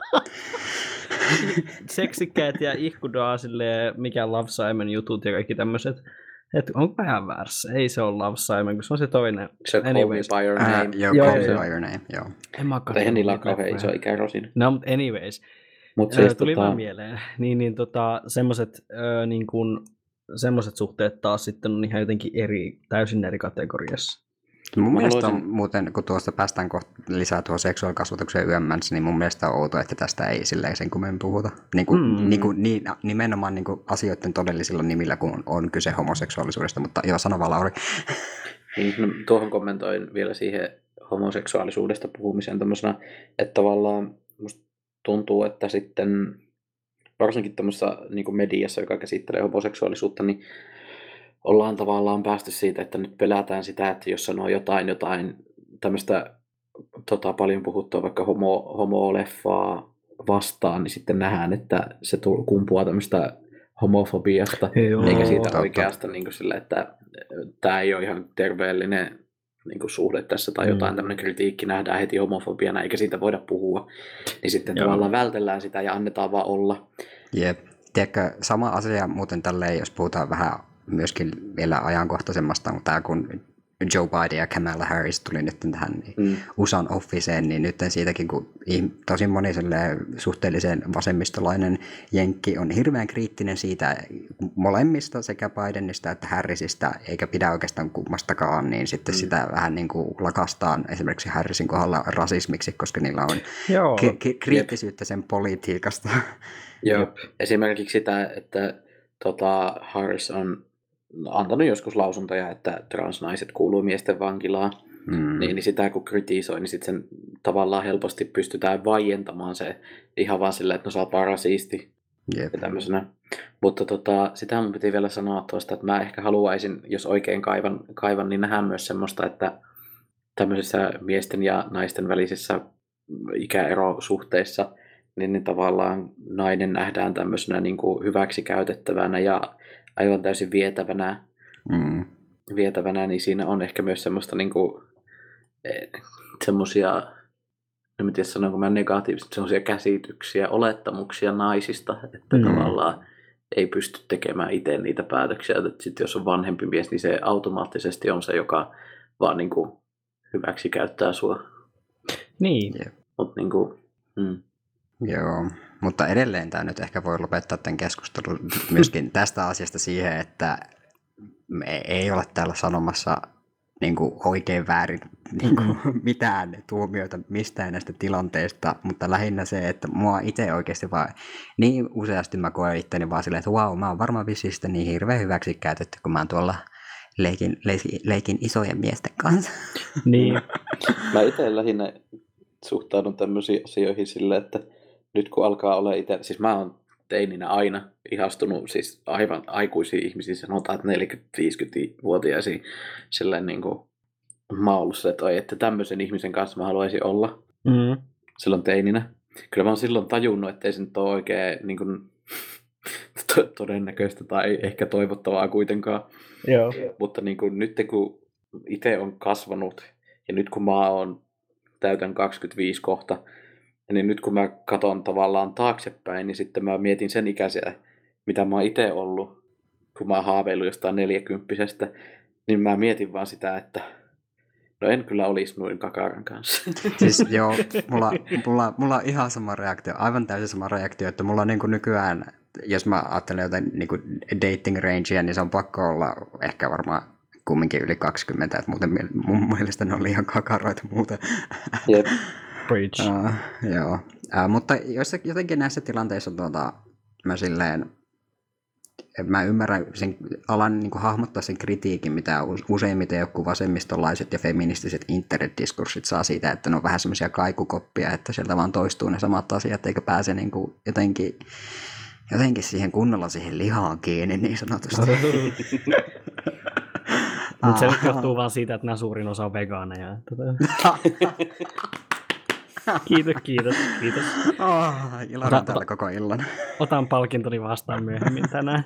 Speaker 1: Seksikkäät ja ihkudaa silleen, mikä Love Simon jutut ja kaikki tämmöiset. Että onko ihan väärässä? Ei se ole Love Simon, kun se on se toinen.
Speaker 2: Se Call Me By Your Name.
Speaker 3: Uh, joo, Call Me By Your Name, joo.
Speaker 1: En mä
Speaker 2: Mutta eihän niillä ole kauhean iso ikärosin.
Speaker 1: No, mutta anyways.
Speaker 2: Mut
Speaker 1: siis
Speaker 2: siis
Speaker 1: tuli
Speaker 2: tota...
Speaker 1: vaan mieleen. Niin, niin tota, semmoset, ö, niin kun, semmoset suhteet taas sitten on ihan jotenkin eri, täysin eri kategoriassa.
Speaker 3: Mun
Speaker 2: Mä
Speaker 3: mielestä
Speaker 2: haluaisin...
Speaker 3: on muuten, kun tuosta päästään kohta lisää tuohon seksuaalikasvatukseen yömmänsä, niin mun mielestä on outoa, että tästä ei silleen sen kummemmin puhuta. Niin kuin, mm. niin kuin, niin, nimenomaan niin kuin asioiden todellisilla nimillä, kun on, on kyse homoseksuaalisuudesta, mutta joo, sano vaan, Lauri.
Speaker 2: Niin, no, tuohon kommentoin vielä siihen homoseksuaalisuudesta puhumiseen tämmöisenä, että tavallaan musta tuntuu, että sitten varsinkin tämmöisessä niin kuin mediassa, joka käsittelee homoseksuaalisuutta, niin ollaan tavallaan päästy siitä, että nyt pelätään sitä, että jos sanoo jotain, jotain tämmöistä tota, paljon puhuttua vaikka homo, homo-leffaa vastaan, niin sitten nähdään, että se tull, kumpuaa tämmöistä homofobiasta, Joo, eikä siitä totta. Oikeasta niin kuin sille, että tämä ei ole ihan terveellinen niin kuin suhde tässä tai jotain mm. tämmöinen kritiikki nähdään heti homofobiana, eikä siitä voida puhua, niin sitten Joo. tavallaan vältellään sitä ja annetaan vaan olla.
Speaker 3: Jep. Tiedätkö, sama asia muuten tälleen, jos puhutaan vähän myöskin vielä ajankohtaisemmasta, mutta tämä kun Joe Biden ja Kamala Harris tuli nyt tähän mm. U S A:n officeen, niin nyt siitäkin, kun tosi moni suhteellisen vasemmistolainen jenkki on hirveän kriittinen siitä molemmista, sekä Bidenista että Harrisista, eikä pidä oikeastaan kummastakaan, niin sitten mm. sitä vähän niin kuin lakastaan esimerkiksi Harrisin kohdalla rasismiksi, koska niillä on k- k- kriittisyyttä sen politiikasta.
Speaker 2: Joo, esimerkiksi sitä, että tota, Harris on antanut joskus lausuntoja, että transnaiset kuuluu miesten vankilaan, mm. niin, niin sitä kun kritisoi, niin sitten sen tavallaan helposti pystytään vaientamaan se ihan vaan silleen, että no sä oot vaan rasisti Jep. ja tämmöisenä. Mutta tota, sitä mun piti vielä sanoa tuosta, että mä ehkä haluaisin, jos oikein kaivan, kaivan niin nähdään myös semmoista, että tämmöisissä miesten ja naisten välisissä ikäerosuhteissa, niin, niin tavallaan nainen nähdään tämmöisenä niin kuin hyväksi käytettävänä ja aivan täysin vietävänä, mm. vietävänä, niin siinä on ehkä myös semmoista niinku, semmoisia, en tiedä sanonko mä negatiivisesti, semmoisia käsityksiä, olettamuksia naisista, että mm. tavallaan ei pysty tekemään itse niitä päätöksiä, että sit jos on vanhempi mies, niin se automaattisesti on se, joka vaan niinku hyväksi käyttää sua.
Speaker 1: Niin.
Speaker 2: Mut niinku, mm.
Speaker 3: Joo, mutta edelleen tämä nyt ehkä voi lopettaa tämän keskustelun myöskin tästä asiasta siihen, että me ei ole täällä sanomassa niin kuin oikein väärin niin kuin mitään tuomioita mistään näistä tilanteista, mutta lähinnä se, että mua itse oikeasti vaan niin useasti mä koen itteni vaan silleen, että vau, wow, mä oon varmaan visistä niin hirveän hyväksi käytetty, kun mä oon tuolla leikin, leikin, leikin isojen miesten kanssa.
Speaker 1: Niin.
Speaker 2: Mä itse lähinnä suhtaudun tämmöisiin asioihin silleen, että nyt kun alkaa olla itse, siis mä oon teininä aina ihastunut siis aivan aikuisiin ihmisiin, sanotaan, että neljäkymmentä-viisikymmentävuotiaisiin silleen niin kuin mä oon ollut se, että, että tämmöisen ihmisen kanssa mä haluaisin olla mm. silloin teininä. Kyllä mä oon silloin tajunnut, että ei se nyt ole oikein niin kuin, todennäköistä tai ehkä toivottavaa kuitenkaan.
Speaker 1: Joo.
Speaker 2: Mutta niin kuin, nyt kun itse on kasvanut ja nyt kun mä oon täytän kaksikymmentäviisi kohta, niin nyt kun mä katson tavallaan taaksepäin, niin sitten mä mietin sen ikäisiä, mitä mä oon itse ollut, kun mä oon haaveillut jostain neljäkymppisestä, niin mä mietin vaan sitä, että no en kyllä olisi noin kakaran kanssa.
Speaker 3: Siis joo, mulla, mulla, mulla on ihan sama reaktio, aivan täysin sama reaktio, että mulla on niin kuin nykyään, jos mä ajattelen jotain niin kuin dating rangea, niin se on pakko olla ehkä varmaan kumminkin yli kaksikymmentä, että muuten mun mielestä ne on liian kakaroita muuten.
Speaker 2: Jep.
Speaker 1: Preach.
Speaker 3: Uh, joo, uh, mutta joissa, jotenkin näissä tilanteissa tuota, mä silleen, mä ymmärrän sen alan niin kuin hahmottaa sen kritiikin, mitä useimmiten joku vasemmistolaiset ja feministiset internetdiskurssit saa siitä, että ne on vähän semmoisia kaikukoppia, että sieltä vaan toistuu ne samat asiat, eikä pääse niin kuin jotenkin, jotenkin siihen kunnolla siihen lihaan kiinni niin sanotusti.
Speaker 1: Mutta se nyt johtuu vaan siitä, että nämä suurin osa on vegaaneja. Kiitos, kiitos, kiitos.
Speaker 3: Oh, iloinen täällä koko illan.
Speaker 1: Otan palkintoni vastaan myöhemmin tänään.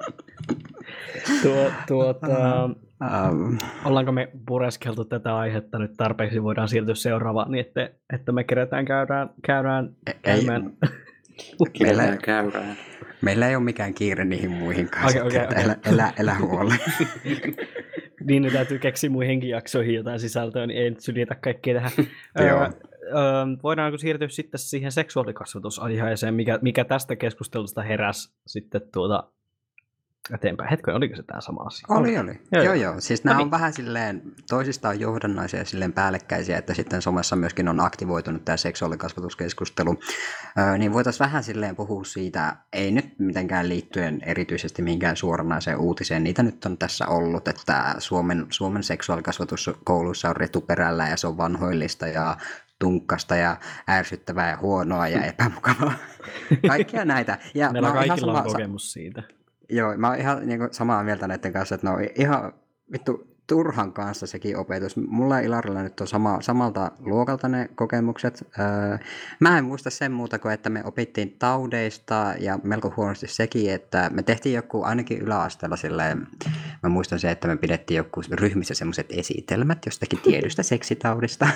Speaker 1: Tuo, tuota, um. Ollaanko me pureskeltu tätä aihetta nyt tarpeeksi? Voidaan siirtyä seuraavaan, niin että, että me kerätään käydään, käydään käymään.
Speaker 2: Meillä, käydään.
Speaker 3: Meillä ei ole mikään kiire niihin muihin kanssa.
Speaker 1: Okay, okay, okay.
Speaker 3: Elä, elä, elä huoli.
Speaker 1: Niin ne täytyy keksiä muihinkin jaksoihin jotain sisältöä, niin ei nyt syljitä kaikkea tähän.
Speaker 3: Joo.
Speaker 1: Öö, voidaanko siirtyä sitten siihen seksuaalikasvatusaiheeseen, mikä, mikä tästä keskustelusta heräsi sitten tuota eteenpäin. Hetken, oliko se tämä sama asia?
Speaker 3: Oli, oli. Joo, joo. joo. Siis nämä
Speaker 1: no
Speaker 3: on
Speaker 1: niin.
Speaker 3: vähän silleen, toisistaan johdannaisia ja silleen päällekkäisiä, että sitten somessa myöskin on aktivoitunut tämä seksuaalikasvatuskeskustelu. Öö, niin voitaisiin vähän silleen puhua siitä, ei nyt mitenkään liittyen erityisesti mihinkään suoranaiseen uutiseen. Niitä nyt on tässä ollut, että Suomen, Suomen seksuaalikasvatus kouluissa on retuperällä ja se on vanhoillista ja tunkkasta ja ärsyttävää ja huonoa ja epämukavaa. Kaikkia näitä. Ja
Speaker 1: meillä kaikilla
Speaker 3: sama,
Speaker 1: on kokemus siitä.
Speaker 3: Joo, mä oon ihan niin kuin, samaa mieltä näiden kanssa, että no ihan vittu turhan kanssa sekin opetus. Mulla ja Ilarilla nyt on sama, samalta luokalta ne kokemukset. Öö, mä en muista sen muuta kuin, että me opittiin taudeista ja melko huonosti sekin, että me tehtiin joku ainakin yläasteella silleen, mä muistan se, että me pidettiin joku ryhmissä semmoiset esitelmät jostakin tiedystä seksitaudista.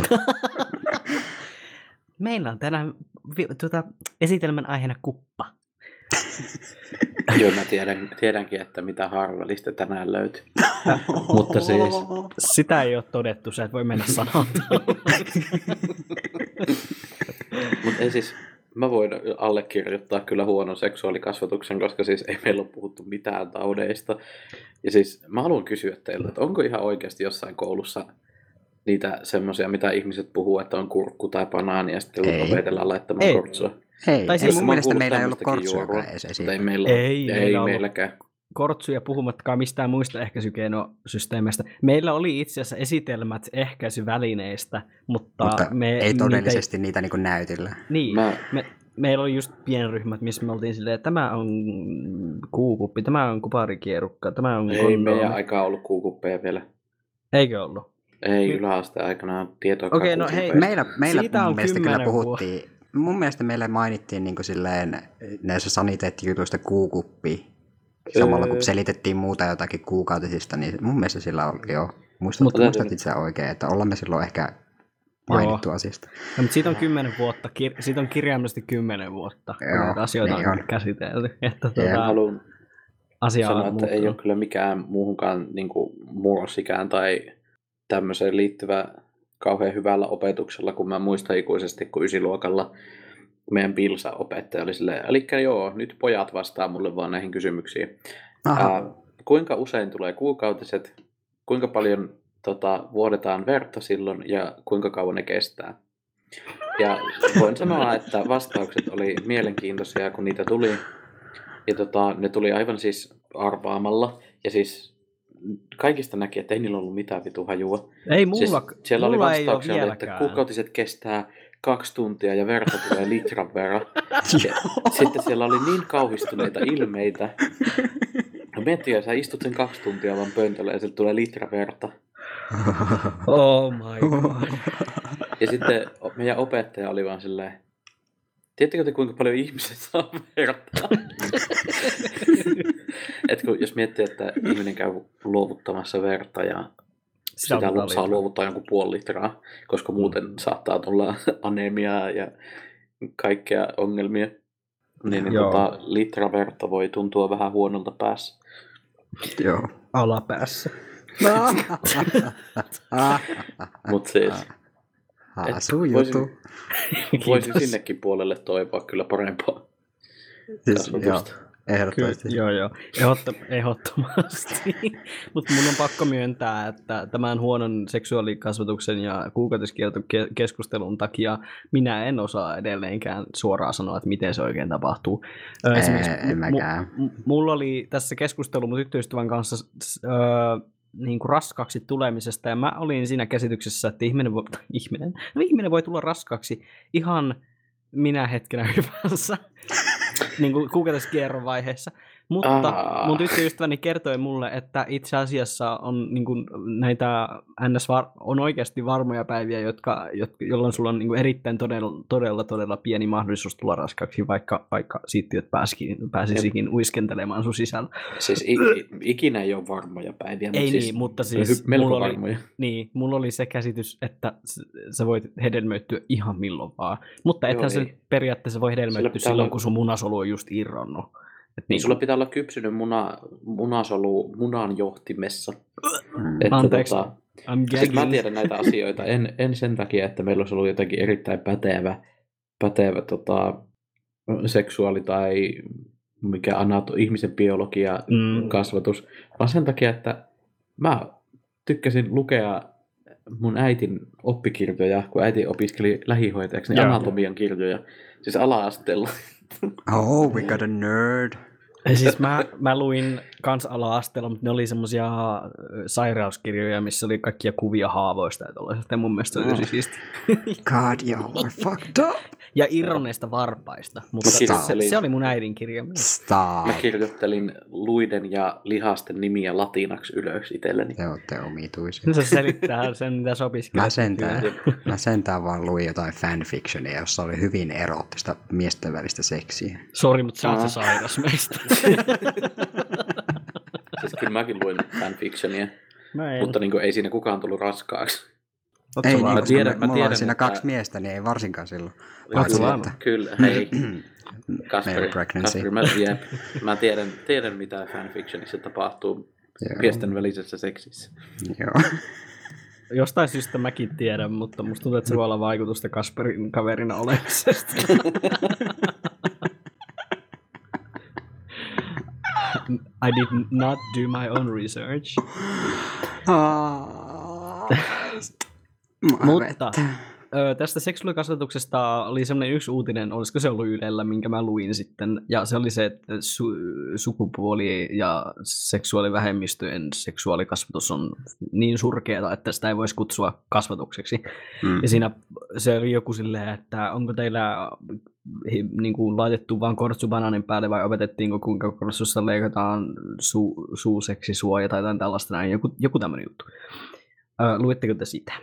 Speaker 1: Meillä on tänään tuota, esitelmän aiheena kuppa.
Speaker 2: Joo, mä tiedän, tiedänkin, että mitä harvallista tänään löytyy. Mutta siis...
Speaker 1: Sitä ei ole todettu, sä et voi mennä sanomaan.
Speaker 2: Mutta ei siis, mä voin allekirjoittaa kyllä huonon seksuaalikasvatuksen, koska siis ei meillä ole puhuttu mitään taudeista. Ja siis mä haluan kysyä teiltä, että onko ihan oikeasti jossain koulussa niitä semmoisia, mitä ihmiset puhuu, että on kurkku tai banaani ja sitten opetellaan laittamaan
Speaker 1: Ei.
Speaker 2: kortsua.
Speaker 3: Hei,
Speaker 1: Tai
Speaker 3: ei
Speaker 1: siis
Speaker 3: mun
Speaker 2: mä oon
Speaker 3: mielestä
Speaker 2: kuullut
Speaker 3: meillä ei ollut
Speaker 2: tämmöistäkin
Speaker 3: kortsuakaan
Speaker 2: juorua,
Speaker 3: edes
Speaker 2: mutta ei
Speaker 3: esiin.
Speaker 2: meillä,
Speaker 1: Ei,
Speaker 2: ei
Speaker 1: meillä
Speaker 2: meilläkään.
Speaker 1: Kortsuja puhumattakaan mistään muista ehkäisykeinosysteemeistä. Meillä oli itse asiassa esitelmät ehkäisyvälineistä, mutta,
Speaker 3: Mutta
Speaker 1: me,
Speaker 3: ei todellisesti
Speaker 1: niitä,
Speaker 3: niitä niin kuin näytillä.
Speaker 1: niin,
Speaker 2: Mä,
Speaker 1: me, meillä oli just pienryhmät, missä me oltiin silleen, että tämä on kuukuppi, tämä on kuparikierukka, tämä on
Speaker 2: ei
Speaker 1: kondoomi.
Speaker 2: meidän aikaa ollut kuukuppeja vielä.
Speaker 1: Eikö ollut?
Speaker 2: Ei
Speaker 1: Niin.
Speaker 2: yläasteen aikana tietoa.
Speaker 1: Okei, no hei,
Speaker 3: Meillä, meillä
Speaker 1: Siitä
Speaker 3: mun
Speaker 1: on
Speaker 3: mielestä kyllä
Speaker 1: kymmenen
Speaker 3: puhuttiin, mun mielestä meille mainittiin niin kuin silleen näissä saniteettijutuista kuukuppi, samalla kun
Speaker 2: Öö.
Speaker 3: selitettiin muuta jotakin kuukautisista, niin mun mielestä sillä oli jo. Muistat,
Speaker 1: Mutta-
Speaker 3: muistat itse oikein, että ollaan me silloin ehkä mainittu asiasta.
Speaker 1: No, mutta siitä on kymmenen vuotta, kir- siitä on kirjaimellisesti kymmenen vuotta, kun
Speaker 3: Joo,
Speaker 1: näitä asioita
Speaker 3: niin
Speaker 1: on,
Speaker 3: on.
Speaker 1: käsitelty. Että
Speaker 3: Jep.
Speaker 2: Mä
Speaker 1: tuota,
Speaker 2: haluan
Speaker 1: asia
Speaker 2: sanoa,
Speaker 1: on
Speaker 2: että ei ole
Speaker 1: muuttunut.
Speaker 2: kyllä mikään muuhunkaan niin kuin murrosikään tai tämmöiseen liittyvä kauhean hyvällä opetuksella, kun mä muistan ikuisesti, kun ysiluokalla meidän Pilsa-opettaja oli silleen, eli joo, nyt pojat vastaa mulle vaan näihin kysymyksiin.
Speaker 3: Aha.
Speaker 2: Ää, kuinka usein tulee kuukautiset, kuinka paljon tota, vuodetaan verta silloin ja kuinka kauan ne kestää. Ja voin sanoa, että vastaukset oli mielenkiintoisia, kun niitä tuli. Ja tota, ne tuli aivan siis arvaamalla. Ja siis kaikista näki, että ei niillä ollut mitään vitu hajua.
Speaker 1: Ei mulla,
Speaker 2: Siis siellä oli
Speaker 1: mulla ei ole
Speaker 2: vastauksia, oli, että
Speaker 1: vieläkään.
Speaker 2: kuukautiset kestää kaksi tuntia ja verta tulee litran verran. Ja sitten siellä oli niin kauhistuneita ilmeitä. No miettiä, sä istut sen kaksi tuntia vaan pöntöllä ja sieltä tulee litra verta.
Speaker 1: Oh my god.
Speaker 2: Ja sitten meidän opettaja oli vaan silleen, tiedättekö te kuinka paljon ihmiset saa verta? Et kun, jos miettii, että ihminen käy luovuttamassa verta ja
Speaker 1: Sitä
Speaker 2: sitä
Speaker 1: otetaan
Speaker 2: saa
Speaker 1: litraa.
Speaker 2: luovuttaa jonkun puoli litraa, koska muuten saattaa tulla anemiaa ja kaikkea ongelmia. Niin, niin
Speaker 1: Joo.
Speaker 2: tota, litra verta voi tuntua vähän huonolta päässä.
Speaker 3: Joo.
Speaker 1: Alapäässä.
Speaker 2: Mutta siis
Speaker 3: Haasu
Speaker 2: voisin-
Speaker 3: juttu.
Speaker 2: voisin
Speaker 1: Kiitos.
Speaker 2: sinnekin puolelle toivoa kyllä parempaa
Speaker 3: Siis, joo.
Speaker 2: kasvatusta.
Speaker 3: Ehdottomasti.
Speaker 1: Kyllä, joo, joo. Ehdottom, ehdottomasti. Mutta mun on pakko myöntää, että tämän huonon seksuaalikasvatuksen ja kuukautiskieltokeskustelun takia minä en osaa edelleenkään suoraan sanoa, että miten se oikein tapahtuu. Esimerkiksi
Speaker 3: en mäkään.
Speaker 1: M- mulla oli tässä keskustelu mun tyttöystävän kanssa öö, niin kuin raskaaksi tulemisesta, ja mä olin siinä käsityksessä, että ihminen voi, ihminen, no ihminen voi tulla raskaaksi ihan minä hetkenä hyvänsä. Niin kuin kuukautiskierron vaiheessa. Mutta
Speaker 2: Aa.
Speaker 1: mun tyttöystäväni kertoi mulle, että itse asiassa on niin kuin näitä N S var- on oikeasti varmoja päiviä, jotka, jotka, jolloin sulla on niin kuin erittäin todella, todella, todella pieni mahdollisuus tulla raskaaksi, vaikka, vaikka siittiöt pääsikin, pääsisikin uiskentelemaan sun sisällä.
Speaker 2: Siis i- ikinä ei ole varmoja päiviä.
Speaker 1: Ei
Speaker 2: siis
Speaker 1: niin, mutta siis
Speaker 2: melko
Speaker 1: mulla oli,
Speaker 2: varmoja.
Speaker 1: niin, mulla oli se käsitys, että sä voit hedelmöittyä ihan milloin vaan. Mutta ethän
Speaker 2: Joo,
Speaker 1: se
Speaker 2: ei.
Speaker 1: periaatteessa voi hedelmöittyä
Speaker 2: pitää
Speaker 1: silloin,
Speaker 2: olla-
Speaker 1: kun sun munasolu on just irronnut. Et
Speaker 2: Niin sulla pitää olla kypsynyt muna, munasolu munan johtimessa.
Speaker 3: Mm.
Speaker 2: Että
Speaker 1: Anteeksi.
Speaker 2: tota,
Speaker 1: I'm
Speaker 2: siis mä
Speaker 1: gagging.
Speaker 2: tiedän näitä asioita. En, en sen takia, että meillä olisi ollut jotenkin erittäin pätevä, pätevä tota, seksuaali- tai mikä anato, ihmisen biologia
Speaker 1: Mm.
Speaker 2: kasvatus, vaan sen takia, että mä tykkäsin lukea mun äitin oppikirjoja, kun äiti opiskeli lähihoitajaksi, niin
Speaker 1: Joo.
Speaker 2: anatomian kirjoja, siis ala-asteella.
Speaker 3: Oh, we got a nerd.
Speaker 1: Ja siis mä, mä luin kans ala-asteella, mutta ne oli semmosia ö, sairauskirjoja, missä oli kaikkia kuvia haavoista ja tollaisesta. Ja mun mielestä se oli tosi siisti.
Speaker 3: God, y'all are fucked up.
Speaker 1: Ja irronneista varpaista. Mutta
Speaker 2: Mä
Speaker 1: se,
Speaker 2: kirjoittelin-
Speaker 1: se oli mun äidin kirja myös.
Speaker 3: Stop.
Speaker 2: Mä kirjoittelin luiden ja lihasten nimiä latinaksi ylös itselleni.
Speaker 3: Te ootte omituisia.
Speaker 1: Se selittää sen, mitä sä opiskelet.
Speaker 3: Mä sentään, mä sentään vaan luin jotain fanfictionia, jossa oli hyvin eroottista miesten välistä seksiä.
Speaker 1: Sori, mutta sä oot se
Speaker 2: Aa.
Speaker 1: sairas meistä.
Speaker 2: Siis kyllä mäkin luin fanfictionia,
Speaker 1: Mä en.
Speaker 2: mutta niin kuin, ei siinä kukaan tullut raskaaksi.
Speaker 1: Oot
Speaker 3: Ei
Speaker 1: sä
Speaker 3: niin,
Speaker 1: vaan-
Speaker 2: mä
Speaker 3: koska
Speaker 2: tiedän-
Speaker 3: me,
Speaker 2: mä
Speaker 3: mulla
Speaker 2: tiedän,
Speaker 3: oli siinä
Speaker 2: että-
Speaker 3: kaksi miestä, niin ei varsinkaan silloin.
Speaker 1: Oot
Speaker 3: Paitsi,
Speaker 1: sä
Speaker 3: että-
Speaker 1: varma?
Speaker 2: Kyllä, hei.
Speaker 3: Male
Speaker 2: Kasperi,
Speaker 3: pregnancy.
Speaker 2: Kasperi mä, jep, mä tiedän, tiedän, mitä fanfictionissa tapahtuu
Speaker 3: Joo.
Speaker 2: miesten välisessä seksissä.
Speaker 3: Joo.
Speaker 1: Jostain syystä mäkin tiedän, mutta musta tuntuu, että se voi olla vaikutusta Kasperin kaverina olemisesta. I did not do my own research. Mutta ö, tästä seksuaalikasvatuksesta oli semmoinen yksi uutinen, olisiko se ollut Ylellä, minkä mä luin sitten, ja se oli se, että su- sukupuoli- ja seksuaalivähemmistöjen seksuaalikasvatus on niin surkeata, että sitä ei voisi kutsua kasvatukseksi.
Speaker 3: Mm.
Speaker 1: Ja siinä se oli joku silleen, että onko teillä hi- niin kuin laitettu vaan kortsu banaanin päälle vai opetettiinko kuinka kortsussa leikataan su- suuseksisuoja tai jotain tällaista näin, joku, joku tämmöinen juttu. Ö, luitteko te sitä?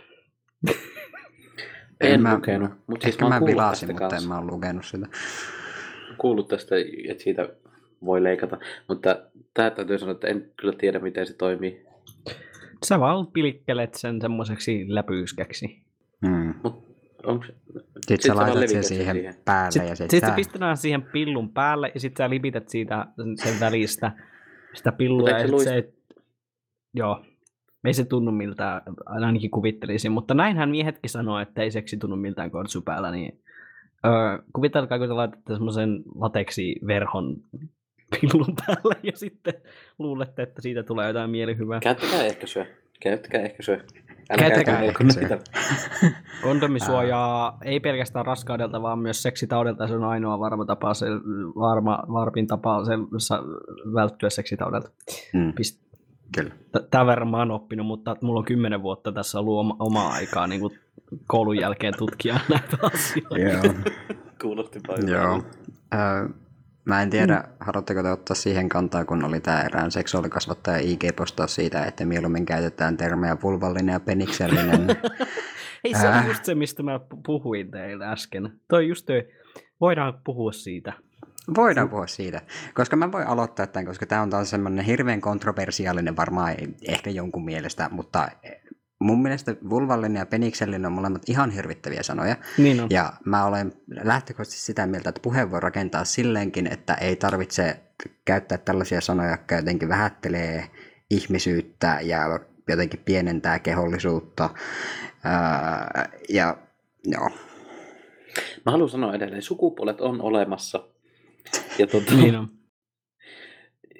Speaker 2: En,
Speaker 3: En mä-
Speaker 2: lukenut, mutta siis
Speaker 3: Ehkä
Speaker 2: mä
Speaker 3: mä
Speaker 2: oon kuullut
Speaker 3: vilasin,
Speaker 2: tästä
Speaker 3: mutta en
Speaker 2: kanssa.
Speaker 3: mä oon lukenut sitä.
Speaker 2: Kuullut tästä, että siitä voi leikata, mutta tää täytyy sanoa, että en kyllä tiedä, miten se toimii.
Speaker 1: Sä vaan pilkkelet sen semmoiseksi läpyyskäksi.
Speaker 3: Mm.
Speaker 2: Onko
Speaker 3: Sitten sä
Speaker 2: vaan
Speaker 3: laitat sen
Speaker 2: levität sen
Speaker 3: siihen,
Speaker 2: siihen.
Speaker 3: päälle
Speaker 1: Sitten
Speaker 3: ja sit,
Speaker 1: sit se
Speaker 3: sä...
Speaker 1: pistetään siihen pillun päälle ja sitten sä lipität siitä sen välistä sitä pillua.
Speaker 2: Mutta
Speaker 1: Ja
Speaker 2: eikö
Speaker 1: sit
Speaker 2: se
Speaker 1: se ei... Joo, ei se tunnu miltään, ainakin kuvittelisin, mutta näinhän miehetkin sanoo, että ei seksi tunnu miltään kortsu päällä, niin öö, kuvitelkaa, kun te laitatte semmoisen lateksiverhon pillun päälle ja sitten luulette, että siitä tulee jotain mielihyvää.
Speaker 2: Käyttäkää ehkäisyä. Käyttäkää ehkäisyä.
Speaker 1: Käyttäkää
Speaker 2: kuunnelko
Speaker 3: ehkäisyä.
Speaker 2: näitä.
Speaker 1: Kondomi suojaa ei pelkästään raskaudelta, vaan myös seksitaudelta. Se on ainoa varma tapa, se varma, varpin tapa se, sa, välttyä seksitaudelta.
Speaker 3: Mm.
Speaker 1: Pist,
Speaker 3: Kyllä.
Speaker 1: Tämän verran mä oon oppinut, mutta mulla on kymmenen vuotta tässä ollut oma, omaa aikaa niin kuin koulun jälkeen tutkia näitä asioita.
Speaker 3: Joo.
Speaker 2: Kuulosti paljon.
Speaker 3: Joo. Ö, mä en tiedä, haluatteko te ottaa siihen kantaa, kun oli tämä erään seksuaalikasvattaja I G-postaus siitä, että mieluummin käytetään termejä vulvallinen ja peniksellinen.
Speaker 1: Hei, se
Speaker 3: Äh.
Speaker 1: on just se, mistä mä pu- puhuin teille äsken. Toi just toi, voidaan puhua siitä.
Speaker 3: Voidaan puhua siitä, koska mä voin aloittaa tämän, koska tämä on taas semmoinen hirveän kontroversiaalinen varmaan ehkä jonkun mielestä, mutta mun mielestä vulvallinen ja peniksellinen on molemmat ihan hirvittäviä sanoja.
Speaker 1: Niin on.
Speaker 3: Ja mä olen lähtökohtaisesti sitä mieltä, että puhe voi rakentaa silleenkin, että ei tarvitse käyttää tällaisia sanoja, jotka jotenkin vähättelee ihmisyyttä ja jotenkin pienentää kehollisuutta. Ää, ja joo.
Speaker 2: Mä haluan sanoa edelleen, sukupuolet on olemassa. Ja tota,
Speaker 1: Niin on.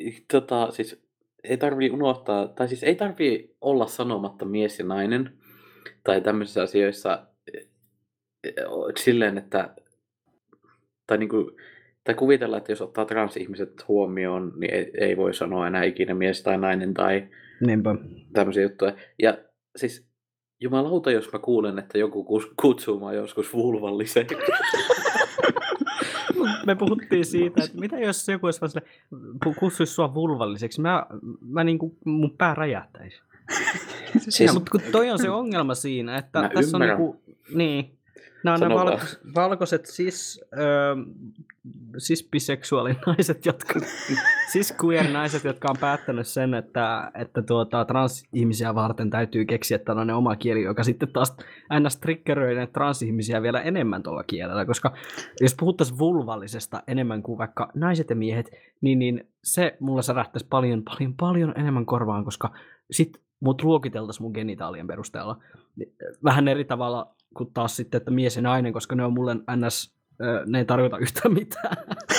Speaker 2: tota, siis ei tarvii unohtaa, tai siis ei tarvii olla sanomatta mies ja nainen, tai tämmöisissä asioissa silleen, että, tai, niinku, tai kuvitella, että jos ottaa transihmiset huomioon, niin ei, ei voi sanoa enää ikinä mies tai nainen tai
Speaker 1: Niinpä.
Speaker 2: tämmöisiä juttuja. Ja siis jumalauta, jos mä kuulen, että joku kutsuu mua joskus vulvalliseksi.
Speaker 1: Me puhuttiin siitä, että mitä jos joku olisi vaan sille, kutsuisi sua vulvalliseksi, mä, mä niinku, mun pää räjähtäisi.
Speaker 2: Siis,
Speaker 1: Mutta kun toi on se ongelma siinä, että
Speaker 2: mä
Speaker 1: tässä
Speaker 2: ymmärrän.
Speaker 1: on niinku, niin, nämä on
Speaker 2: Sano
Speaker 1: ne
Speaker 2: vaan.
Speaker 1: valko, valkoiset sis, ö, sis biseksuaalinaiset, jotka, sis queer-naiset, jotka on päättänyt sen, että, että tuota, transihmisiä varten täytyy keksiä tällainen oma kieli, joka sitten taas ns. Triggeröi näitä transihmisiä vielä enemmän tuolla kielellä, koska jos puhuttaisiin vulvallisesta enemmän kuin vaikka naiset ja miehet, niin, niin se mulla särähtäisi paljon, paljon, paljon enemmän korvaan, koska sit mut luokiteltaisiin mun genitaalien perusteella vähän eri tavalla kuin taas sitten, että mies ja nainen, koska ne on mulle ns, ne ei tarkoita yhtään mitään.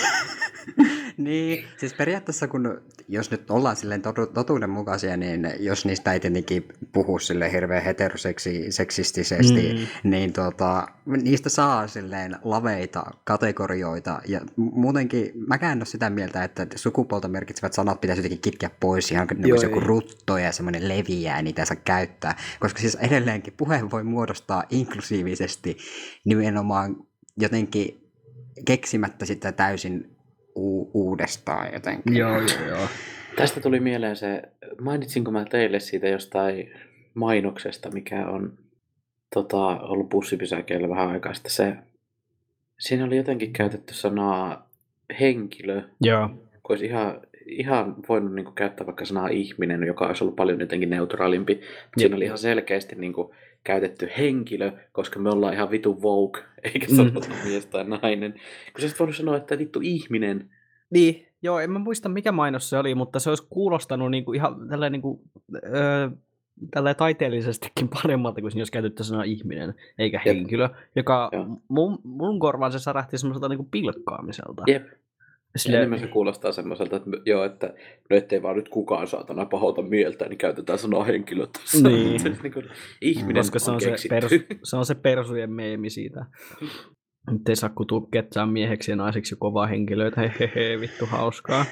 Speaker 3: Niin, siis periaatteessa kun, jos nyt ollaan silleen totuudenmukaisia, niin jos niistä ei tietenkin puhu silleen hirveän heteroseksistisesti, mm. niin tota, niistä saa silleen laveita kategorioita. Ja muutenkin mäkään en ole sitä mieltä, että sukupuolta merkitsevät sanat pitäisi jotenkin kitkeä pois, ihan niin kuin joku rutto ja semmoinen leviää, ja niitä ei saa käyttää. Koska siis edelleenkin puhe voi muodostaa inklusiivisesti nimenomaan jotenkin keksimättä sitä täysin U- uudestaan jotenkin.
Speaker 1: Joo, joo, joo.
Speaker 2: Tästä tuli mieleen se, mainitsinko mä teille siitä jostain mainoksesta, mikä on tota, ollut bussipysäkeillä vähän aikaa sitten. Se, siinä oli jotenkin käytetty sanaa henkilö,
Speaker 1: Joo.
Speaker 2: kun olisi ihan, ihan voinut niin kuin, käyttää vaikka sanaa ihminen, joka olisi ollut paljon jotenkin neutraalimpi. Mutta siinä oli ihan selkeästi niin kuin, käytetty henkilö, koska me ollaan ihan vitu woke, eikä sanota mm. mies tai nainen. Kun sä olisit voinut sanoa, että vittu ihminen.
Speaker 1: Niin, joo, en mä muista mikä mainos se oli, mutta se olisi kuulostanut niinku ihan tälleen, niinku, öö, tälleen taiteellisestikin paremmalta, kuin jos käytetty sanaa ihminen, eikä
Speaker 2: Jep.
Speaker 1: henkilö, joka
Speaker 2: Joo.
Speaker 1: mun, mun korvaan se särähti semmoiselta niinku pilkkaamiselta.
Speaker 2: Jep.
Speaker 1: Sille...
Speaker 2: Enemmän se kuulostaa semmoiselta, että joo, että no ettei vaan nyt kukaan saatana pahota mieltä, niin käytetään sanaa henkilö tässä.
Speaker 1: Niin.
Speaker 2: Se, niin kuin, ihminen
Speaker 1: Koska se on,
Speaker 2: on
Speaker 1: se,
Speaker 2: keksitty.
Speaker 1: persu, se on se persujen meemi siitä. Nyt ei saa kutua ketään mieheksi ja naiseksi kovaa henkilöitä, hehehe, vittu hauskaa.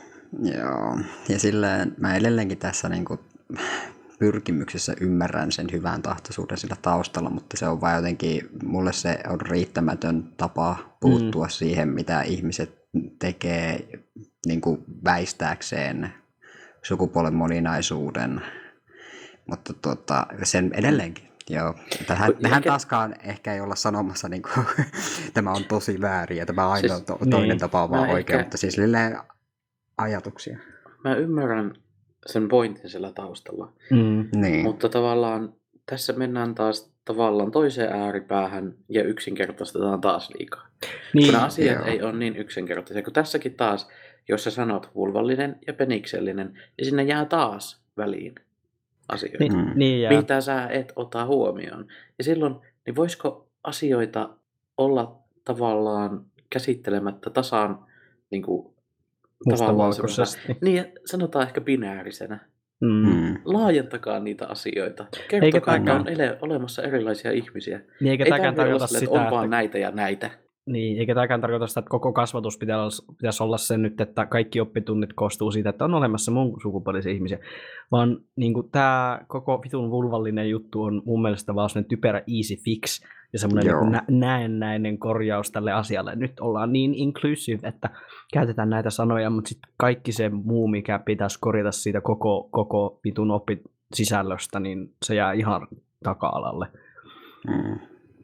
Speaker 3: Joo, ja silleen mä edelleenkin tässä niinku pyrkimyksessä ymmärrän sen hyvän tahtoisuuden sillä taustalla, mutta se on vaan jotenkin, mulle se on riittämätön tapa puuttua mm. siihen, mitä ihmiset tekee niin kuin väistääkseen sukupuolen moninaisuuden, mutta tuota, sen edelleenkin. Joo, tähän, tähän taaskaan ehkä ei olla sanomassa, niin kuin, tämä on tosi väärin ja tämä ainoa siis, to, toinen niin, tapa on vaan oikein, ehkä... mutta siis lilleen ajatuksia.
Speaker 2: Mä ymmärrän sen pointin sillä taustalla,
Speaker 1: mm.
Speaker 3: niin.
Speaker 2: mutta tavallaan tässä mennään taas tavallaan toiseen ääripäähän ja yksinkertaistetaan taas liikaa. Niin, kun asiat joo. ei ole niin yksinkertaisia, kun tässäkin taas, jos sä sanot vulvallinen ja peniksellinen, niin sinne jää taas väliin asioita,
Speaker 1: niin, niin
Speaker 2: mitä sä et ota huomioon. Ja silloin, niin voisiko asioita olla tavallaan käsittelemättä tasaan niin kuin,
Speaker 1: mustavalkoisesti.
Speaker 2: Niin, sanotaan ehkä binäärisenä.
Speaker 1: Mm.
Speaker 2: Laajentakaa niitä asioita. Kertokaa, että on ele- olemassa erilaisia ihmisiä.
Speaker 1: Niin, eikä
Speaker 2: ei
Speaker 1: tämäkään tarkoita
Speaker 2: sitä,
Speaker 1: sitä,
Speaker 2: että on vaan
Speaker 1: että...
Speaker 2: näitä ja näitä.
Speaker 1: Niin, eikä tämäkään tarkoita sitä, että koko kasvatus pitäisi olla se nyt, että kaikki oppitunnit koostuu siitä, että on olemassa mun sukupuolisia ihmisiä. Vaan niin kuin, tämä koko vitun vulvallinen juttu on mun mielestä vaan sellainen typerä easy fix ja semmoinen niin nä- näennäinen korjaus tälle asialle. Nyt ollaan niin inclusive, että käytetään näitä sanoja, mutta sitten kaikki se muu, mikä pitäisi korjata siitä koko, koko vitun oppisisällöstä, niin se jää ihan taka-alalle.
Speaker 3: Mm.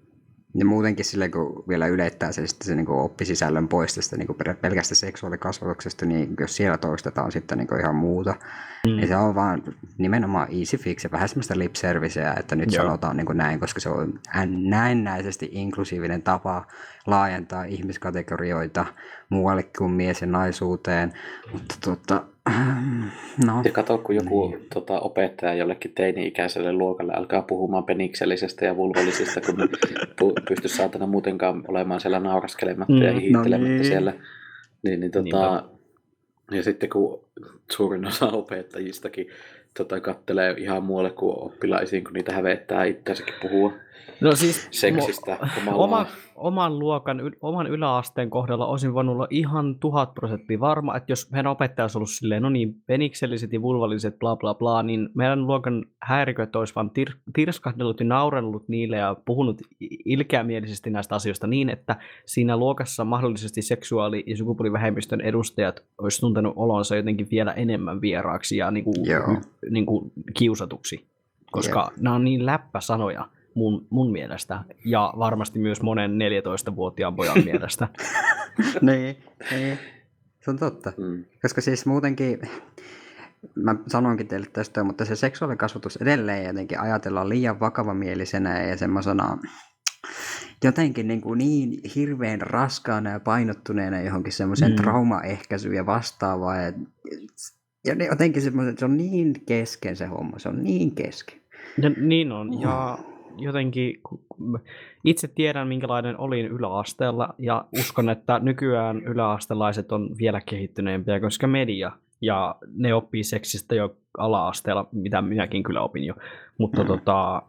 Speaker 3: Ja muutenkin silleen, kun vielä yleittää se, se niin oppisisällön pois tästä niin pelkästä seksuaalikasvatuksesta, niin jos siellä toistetaan sitten niin ihan muuta, mm. niin se on vaan nimenomaan easy fix ja vähän semmoista lip serviceä, että nyt Joo. sanotaan niin näin, koska se on näennäisesti inklusiivinen tapa laajentaa ihmiskategorioita muualle kuin mies- ja naisuuteen, mutta tuota, no.
Speaker 2: Ja kato, kun joku niin. tota, opettaja jollekin teini-ikäiselle luokalle alkaa puhumaan peniksellisestä ja vulvallisista, kun ne pysty saatana muutenkaan olemaan siellä nauraskelematta mm, ja hiittelemättä no niin. siellä. Niin, niin, tota, Ja sitten kun suurin osa opettajistakin tota, kattelee ihan muualle kuin oppilaisiin, kun niitä hävettää itseäänsäkin puhua
Speaker 1: No siis
Speaker 2: seksistä
Speaker 1: oma,
Speaker 2: omallaan.
Speaker 1: oman luokan, y- oman yläasteen kohdalla olisin voinut olla ihan tuhat prosenttia varma, että jos meidän opettaja olisi ollut silleen, no niin, penikselliset ja vulvalliset, bla bla bla, niin meidän luokan häiriköt olisi vaan tir- tirskahdellut ja naurellut niille ja puhunut i- ilkeämielisesti näistä asioista niin, että siinä luokassa mahdollisesti seksuaali- ja sukupuolivähemmistön edustajat olisi tuntenut olonsa jotenkin vielä enemmän vieraaksi ja niin kuin,
Speaker 3: Joo.
Speaker 1: niin kuin kiusatuksi, koska nämä on niin läppäsanoja. Mun, mun mielestä, ja varmasti myös monen neljätoistavuotiaan pojan mielestä.
Speaker 3: niin, niin, se on totta.
Speaker 2: Mm.
Speaker 3: Koska siis muutenkin, mä sanoinkin teille tästä, mutta se seksuaalikasvatus edelleen jotenkin ajatellaan liian vakavamielisenä ja semmoisena jotenkin niin, kuin niin hirveän raskaana ja painottuneena johonkin semmoiseen mm. traumaehkäisyyn ja vastaavaan. Ja, ja jotenkin semmoisen, se on niin kesken se homma, se on niin kesken.
Speaker 1: Ja niin on, ja jotenkin itse tiedän, minkälainen olin yläasteella, ja uskon, että nykyään yläastelaiset on vielä kehittyneempiä, koska media, ja ne oppii seksistä jo ala-asteella, mitä minäkin kyllä opin jo, mutta mm. tota,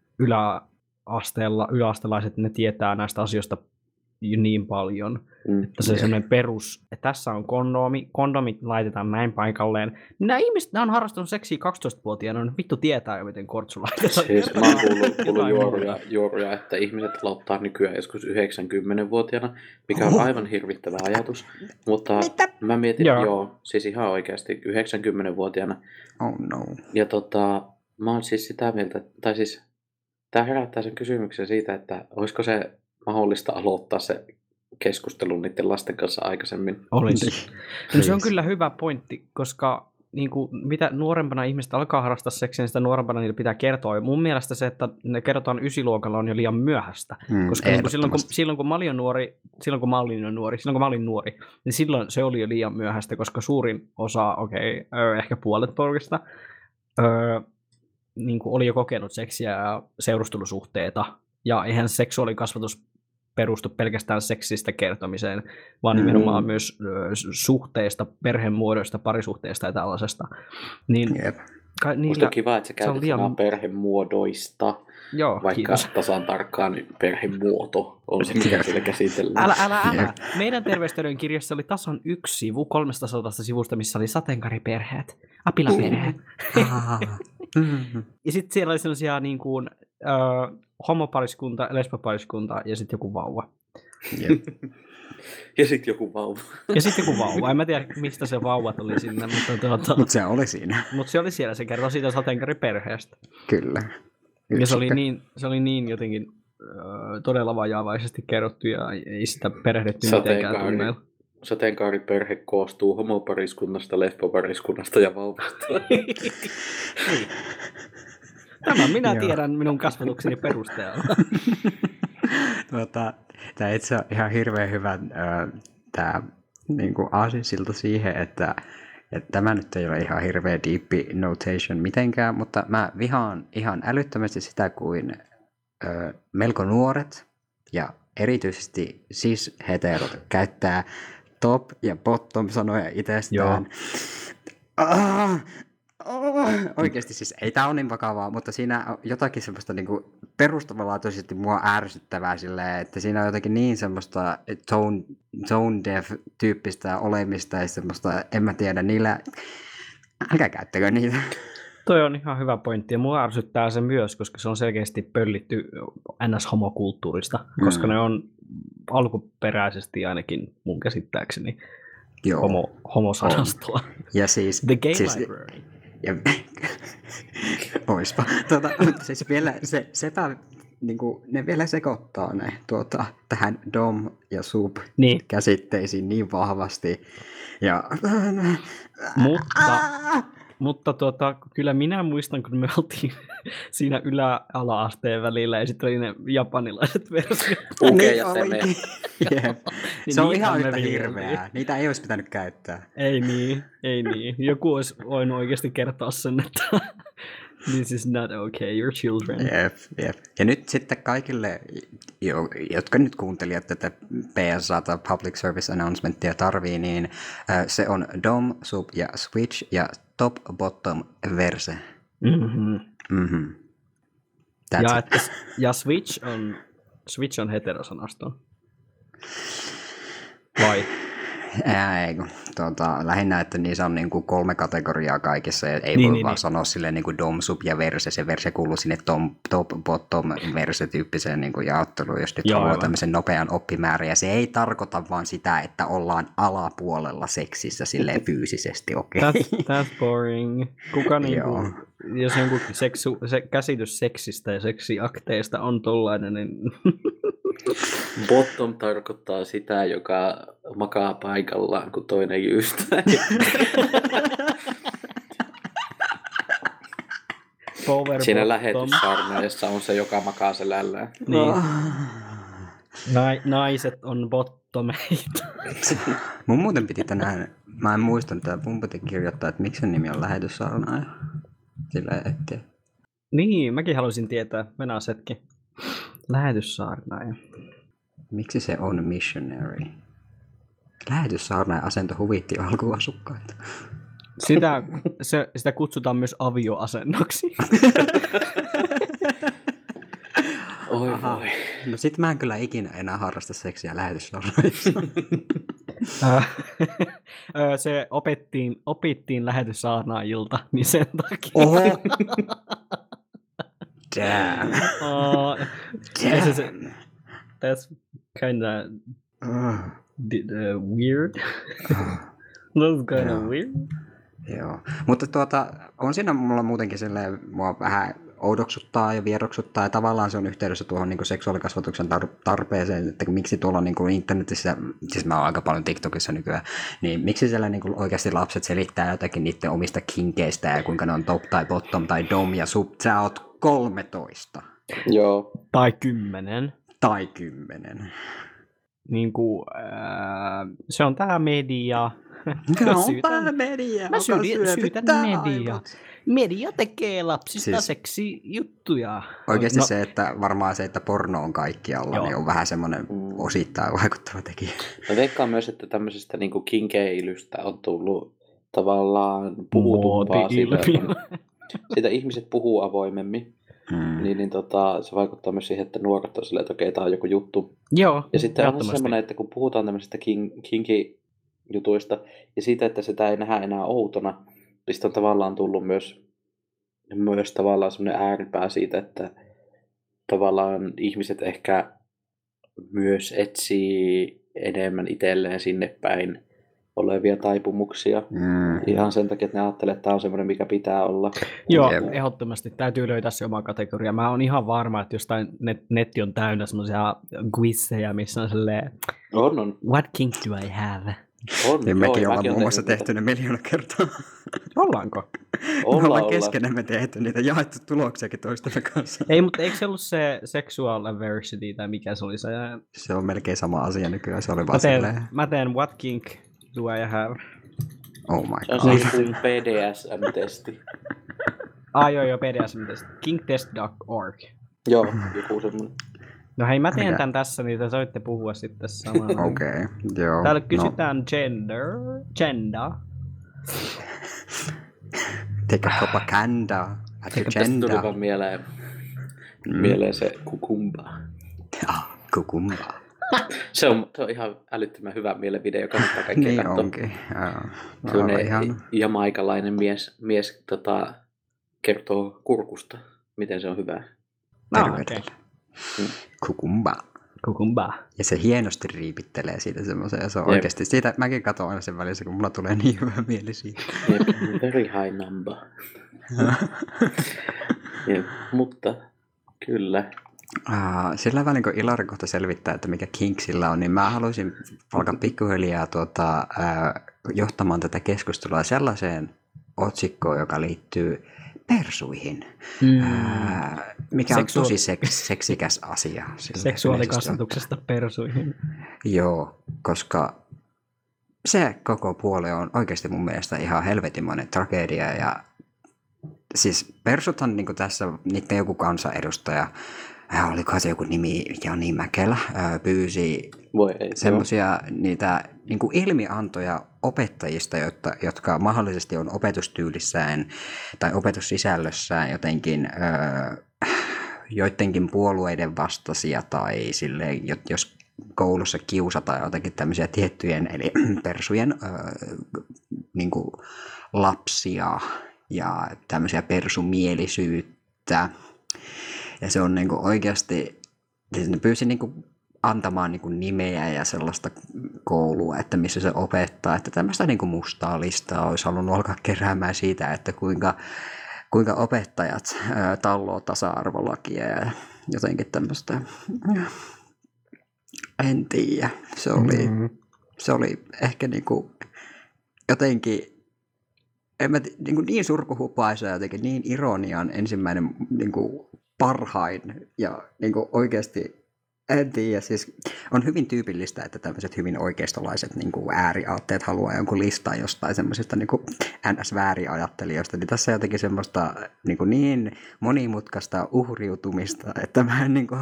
Speaker 1: yläasteella, yläastelaiset, ne tietää näistä asioista niin paljon, mm. että se on semmoinen perus, että tässä on kondomi, kondomit laitetaan näin paikalleen. Nämä ihmiset, nämä on harrastanut seksiä kaksitoistavuotiaana, ne vittu tietää jo, miten kortsu laitetaan.
Speaker 2: Siis mä oon kuullut, kuullut juoruja, juoruja, että ihmiset aloittaa nykyään joskus yhdeksänkymmentävuotiaana, mikä on aivan hirvittävä ajatus, mutta Mitä? mä mietin, joo. joo, siis ihan oikeasti yhdeksänkymmentävuotiaana.
Speaker 3: Oh no.
Speaker 2: Ja tota, mä oon siis sitä mieltä, tai siis tää herättää sen kysymyksen siitä, että olisiko se mahdollista aloittaa se keskustelu niiden lasten kanssa aikaisemmin.
Speaker 1: Olisi. No, se on kyllä hyvä pointti, koska niin kuin, mitä nuorempana ihmiset alkaa harrastaa seksiä, niin sitä nuorempana niitä pitää kertoa. Ja mun mielestä se, että ne kerrotaan ysiluokalla on jo liian myöhäistä. Mm, koska niin kuin silloin, kun, silloin, kun mä olin nuori, silloin kun mä olin nuori, silloin kun mä olin nuori, niin silloin se oli jo liian myöhäistä, koska suurin osa, okei, okay, ehkä puolet porukista, öö, niin kuin oli jo kokenut seksiä ja seurustelusuhteita. Ja eihän seksuaalikasvatus perustu pelkästään seksistä kertomiseen, vaan nimenomaan mm. myös suhteista, perhemuodoista, parisuhteista ja tällaisesta. Niin,
Speaker 3: yep.
Speaker 1: ka, niillä,
Speaker 2: musta on kiva, että sä käytät
Speaker 1: liian...
Speaker 2: sanaa perhemuodoista,
Speaker 1: Joo,
Speaker 2: vaikka
Speaker 1: kiitos.
Speaker 2: tasan tarkkaan perhemuoto on se, mitä siellä käsitellään.
Speaker 1: Älä, älä, älä. Yep. Meidän terveysterveyden kirjassa oli tasan yksi sivu kolmestasadasta sivusta, missä oli sateenkaariperheet, apilaperheet. Mm. Ja sitten siellä oli sellaisia niin kuin, äh, homopariskunta, lesbopariskunta ja sitten joku vauva.
Speaker 3: Yep.
Speaker 2: Ja sitten joku vauva.
Speaker 1: Ja sitten joku vauva. En mä tiedä, mistä se vauva tuli sinne. Mutta tuota,
Speaker 3: Mut se oli siinä.
Speaker 1: Mutta se oli siellä. Se kertoi siitä sateenkaariperheestä.
Speaker 3: Kyllä.
Speaker 1: Ja se oli, niin, se oli niin jotenkin äh, todella vajaavaisesti kerrottu ja ei sitä perehdytty mitenkään tunneilla.
Speaker 2: Sateenkaariperhe koostuu homopariskunnasta, lesbopariskunnasta ja vauvasta.
Speaker 1: Tämän minä tiedän minun kasvatukseni perusteella.
Speaker 3: Tuota, tämä itse on ihan hirveän hyvä äh, tämä niin kuin aasinsilta siihen, että, että tämä nyt ei ole ihan hirveä deep notation mitenkään, mutta mä vihaan ihan älyttömästi sitä, kuin äh, melko nuoret ja erityisesti cis-heterot käyttää top- ja bottom-sanoja itsestään. Ah, oh, oikeasti siis ei tämä ole niin vakavaa, mutta siinä on jotakin semmoista niinku perustavanlaatuisesti mua ärsyttävää silleen, että siinä on jotakin niin semmoista tone, tone deaf-tyyppistä olemista ja semmoista, en mä tiedä, niillä, älkää käyttäkö niitä.
Speaker 1: Toi on ihan hyvä pointti ja mua ärsyttää se myös, koska se on selkeästi pöllitty N S-homokulttuurista, koska mm. ne on alkuperäisesti ainakin mun käsittääkseni homo, homosanastoa.
Speaker 3: Ja siis,
Speaker 1: The Gay
Speaker 3: siis,
Speaker 1: Library.
Speaker 3: Ja, oispa. Tuota, mutta siis vielä se, sepä, niin kuin, ne vielä sekoittaa ne tuota, tähän dom ja sub niin. käsitteisiin niin vahvasti. Ja,
Speaker 1: mutta mutta tuota, kyllä minä muistan, kun me oltiin siinä ylä-ala-asteen välillä ja sitten oli ne japanilaiset versiot.
Speaker 2: Ukea ja seme.
Speaker 3: Yep. Se on ihan yhtä hirveää. Niitä ei olisi pitänyt käyttää.
Speaker 1: Ei niin, ei niin. Joku olisi voinut oikeasti kertoa sen, että This is not okay, you're children.
Speaker 3: Jep, jep. Ja nyt sitten kaikille, jo- jotka nyt kuuntelijat tätä P S A tai Public Service Announcementia tarvii, niin äh, se on Dom, Sub ja Switch ja Top, Bottom, Verse.
Speaker 1: Mm-hmm.
Speaker 3: Mm-hmm.
Speaker 1: Ja, että, ja Switch on, Switch on heterosanasto. Vai?
Speaker 3: Ää, ei, kun, tuota, lähinnä, että niissä on niin kuin kolme kategoriaa kaikissa, ja ei
Speaker 1: Niin,
Speaker 3: voi
Speaker 1: niin,
Speaker 3: vaan
Speaker 1: niin.
Speaker 3: sanoa silleen niin kuin dom, sub ja verse. Se verse kuuluu sinne tom, top, bottom, verse-tyyppiseen niin kuin jaotteluun, jos nyt
Speaker 1: Joo,
Speaker 3: haluaa
Speaker 1: aivan.
Speaker 3: tämmöisen nopean oppimäärän. Ja se ei tarkoita vaan sitä, että ollaan alapuolella seksissä silleen fyysisesti, okei. Okay.
Speaker 1: That's, that's boring. Kuka niinku,
Speaker 3: Joo.
Speaker 1: jos jonkun seksu, se, käsitys seksistä ja seksiakteista on tollainen, niin
Speaker 2: Bottom tarkoittaa sitä, joka makaa paikallaan, kun toinen jyystää.
Speaker 1: power
Speaker 2: Siinä
Speaker 1: bottom.
Speaker 2: lähetyssaarnaajassa on se, joka makaa selällään.
Speaker 1: Niin. Nai, naiset on bottomeita.
Speaker 3: Mun muuten piti tänään, mä en muista, että mun piti kirjoittaa, että miksi sen nimi on lähetyssaarnaaja. Silleen, että...
Speaker 1: Niin, mäkin haluaisin tietää. Mennään hetki. Lähetyssaarnaaja.
Speaker 3: Miksi se on missionary? Lähetyssaarnaajan asento huvitti alkuasukkaita.
Speaker 1: Sitä, se, sitä kutsutaan myös avioasennoksi.
Speaker 2: Oi
Speaker 3: Aha.
Speaker 2: voi.
Speaker 3: No sit mä en kyllä ikinä enää harrasta seksiä lähetyssaarnaajissa.
Speaker 1: Ö, se opettiin, opittiin lähetyssaarnaajilta, niin sen takia.
Speaker 3: Oho! Damn.
Speaker 1: Uh, se, se, se,
Speaker 3: Damn.
Speaker 1: that's kinda
Speaker 3: Uh,
Speaker 1: di- uh, weird. That's kinda
Speaker 3: Joo.
Speaker 1: weird.
Speaker 3: joo. Mutta tuota, on siinä mulla muutenkin silleen, mua vähän oudoksuttaa ja vieroksuttaa, ja tavallaan se on yhteydessä tuohon niin kuin seksuaalikasvatuksen tar- tarpeeseen, että miksi tuolla niin kuin internetissä, siis mä oon aika paljon TikTokissa nykyään, niin miksi siellä niin kuin oikeasti lapset selittää jotakin niiden omista kinkeistä ja kuinka ne on top tai bottom tai dom ja sub, sä oot kolmetoista
Speaker 2: Joo.
Speaker 1: Tai kymmenen.
Speaker 3: tai kymmenen.
Speaker 1: Niin kuin, äh, se on tää media.
Speaker 3: Mikä on
Speaker 1: Syytän-
Speaker 3: tää media,
Speaker 1: Mä
Speaker 3: joka
Speaker 1: syytän, syytän
Speaker 3: syövyttää
Speaker 1: media.
Speaker 3: aivot?
Speaker 1: Media tekee lapsista
Speaker 3: Siis-
Speaker 1: seksijuttuja.
Speaker 3: Oikeasti
Speaker 1: No,
Speaker 3: se, että varmaan se, että porno on kaikkialla,
Speaker 1: Joo.
Speaker 3: niin on vähän semmoinen
Speaker 2: Mm.
Speaker 3: osittain vaikuttava tekijä.
Speaker 2: Mä veikkaan myös, että tämmöisestä niinku kinkeilystä on tullut tavallaan puhutumpaa siitä,
Speaker 1: muoti-ilmiö.
Speaker 2: siitä ihmiset puhuu avoimemmin.
Speaker 3: Mm.
Speaker 2: Niin, niin tota, se vaikuttaa myös siihen, että nuoret on silleen, että okei, tää on joku juttu.
Speaker 1: Joo,
Speaker 2: Ja sitten on
Speaker 1: ehdottomasti.
Speaker 2: semmoinen, että kun puhutaan tämmöisistä kin- kinki-jutuista ja siitä, että sitä ei nähdä enää outona, niin sitten on tavallaan tullut myös, myös tavallaan semmoinen ääripää siitä, että tavallaan ihmiset ehkä myös etsii enemmän itselleen sinne päin olevia taipumuksia.
Speaker 3: Mm.
Speaker 2: Ihan sen takia, että ne ajattelee, että tämä on semmoinen, mikä pitää olla.
Speaker 1: Joo,
Speaker 3: Jep.
Speaker 1: ehdottomasti. Täytyy löytää se oma kategoria. Mä oon ihan varma, että jostain net, netti on täynnä semmoisia quizzeja, missä on silleen,
Speaker 2: On, on.
Speaker 1: what kink do I have?
Speaker 2: on
Speaker 3: Niin mekin
Speaker 2: joo,
Speaker 3: ollaan
Speaker 2: mäkin
Speaker 3: muun
Speaker 2: oon
Speaker 3: muassa
Speaker 2: tehnyt
Speaker 3: tehty ne miljoona kertaa.
Speaker 1: Ollaanko?
Speaker 3: Me
Speaker 2: Olla,
Speaker 3: ollaan
Speaker 2: olla.
Speaker 3: keskenämme tehty niitä, jaettu tuloksiakin toistemme kanssa.
Speaker 1: Ei, mutta eikö se ollut se sexual adversity tai mikä se oli se?
Speaker 3: Se on melkein sama asia nykyään, se oli
Speaker 1: Mä
Speaker 3: vaan
Speaker 1: teen,
Speaker 3: silleen,
Speaker 1: mä teen what kink do I have?
Speaker 3: oh my
Speaker 2: Se on
Speaker 3: god.
Speaker 2: siis kuin P D S M-testi.
Speaker 1: Ah joo joo, P D S M-test. kinktest dot org.
Speaker 2: Joo, joku semmoinen.
Speaker 1: No hei, mä teen
Speaker 3: Mikä?
Speaker 1: tän tässä, niin te soitte puhua sitten samalla.
Speaker 3: Okei, okay, joo.
Speaker 1: Täällä
Speaker 3: No,
Speaker 1: kysytään gender, gender.
Speaker 3: take a propaganda at your
Speaker 2: Tästä tuli
Speaker 3: gender.
Speaker 2: vaan mieleen,
Speaker 3: Mm.
Speaker 2: mieleen se kukumba.
Speaker 3: Ah, kukumba.
Speaker 2: Se on, se on ihan älyttömän hyvä mielevideo, kannattaa kaikkea
Speaker 3: Niin
Speaker 2: katsoa.
Speaker 3: onkin. Joo.
Speaker 2: Sellainen
Speaker 3: Ihan,
Speaker 2: jamaikalainen mies, mies tota, kertoo kurkusta, miten se on hyvä.
Speaker 1: No,
Speaker 3: terveydellä.
Speaker 1: okei.
Speaker 3: Kukumba.
Speaker 1: Kukumba.
Speaker 3: Ja se hienosti riipittelee siitä semmoisen, ja se on
Speaker 2: Jep.
Speaker 3: oikeasti, siitä mäkin katson aina sen välissä, kun mulla tulee niin hyvä mieli siitä.
Speaker 2: Jep, very high number. Jep, mutta kyllä.
Speaker 3: Uh, sillä välin, kun Ilari kohta selvittää, että mikä kink sillä on, niin mä haluaisin alkaa pikkuhiljaa tuota, uh, johtamaan tätä keskustelua sellaiseen otsikkoon, joka liittyy persuihin,
Speaker 1: Mm.
Speaker 3: uh, mikä on
Speaker 1: Seksuaali-
Speaker 3: tosi seks- seksikäs asia. sillä yleisesti
Speaker 1: Seksuaalikasvatuksesta persuihin.
Speaker 3: ottaen. Joo, koska se koko puoli on oikeasti mun mielestä ihan helvetimoinen tragedia, ja siis persuthan niin tässä, niiden joku kansanedustaja, äh, olikohan se joku nimi, Jani Mäkelä, äh, pyysi
Speaker 2: Voi ei,
Speaker 3: semmoisia niitä niin kuin ilmiantoja opettajista, jotka, jotka mahdollisesti on opetustyylissään tai opetussisällössään jotenkin äh, joidenkin puolueiden vastaisia tai silleen, jos koulussa kiusataan jotenkin tämmöisiä tiettyjen eli persujen äh, niin kuin lapsia ja tämmöisiä persumielisyyttä. Ja se on niin kuin oikeasti, siis ne pyysi niin kuin antamaan niin kuin nimeä ja sellaista koulua, että missä se opettaa, että tämmöistä niin kuin mustaa listaa olisi halunnut alkaa keräämään siitä, että kuinka, kuinka opettajat ää, talloo tasa-arvolakia ja jotenkin tämmöistä. En tiedä. Se oli, mm-hmm. se oli ehkä niin kuin jotenkin en mä, niin, kuin niin surkuhupaisa jotenkin niin ironian ensimmäinen niin kuin parhain ja niin kuin oikeasti en tiedä, siis on hyvin tyypillistä, että tämmöiset hyvin oikeistolaiset niin kuin ääriaatteet haluaa jonkun listan jostain semmoisista niin kuin N S-vääriajattelijoista, niin tässä on jotenkin semmoista niin, kuin niin monimutkaista uhriutumista, että mä en niin kuin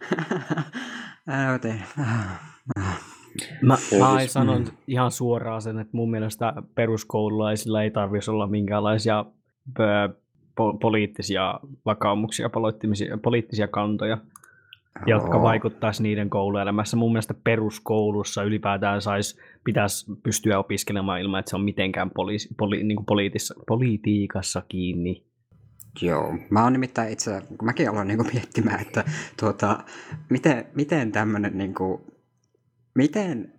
Speaker 1: Mä, mä sanon mm. ihan suoraan sen, että mun mielestä peruskoululaisilla ei tarvitsisi olla minkäänlaisia pö, po, poliittisia vakaumuksia, poliittisia, poliittisia kantoja, oh. jotka vaikuttaisi niiden kouluelämässä. Mun mielestä peruskoulussa ylipäätään sais, pitäisi pystyä opiskelemaan ilman, että se on mitenkään poli, poli, niin kuin politiikassa kiinni.
Speaker 3: Joo, mä oon nimittäin itse, mäkin aloin niinku miettimään, että tuota, miten, miten tämmöinen niinku, miten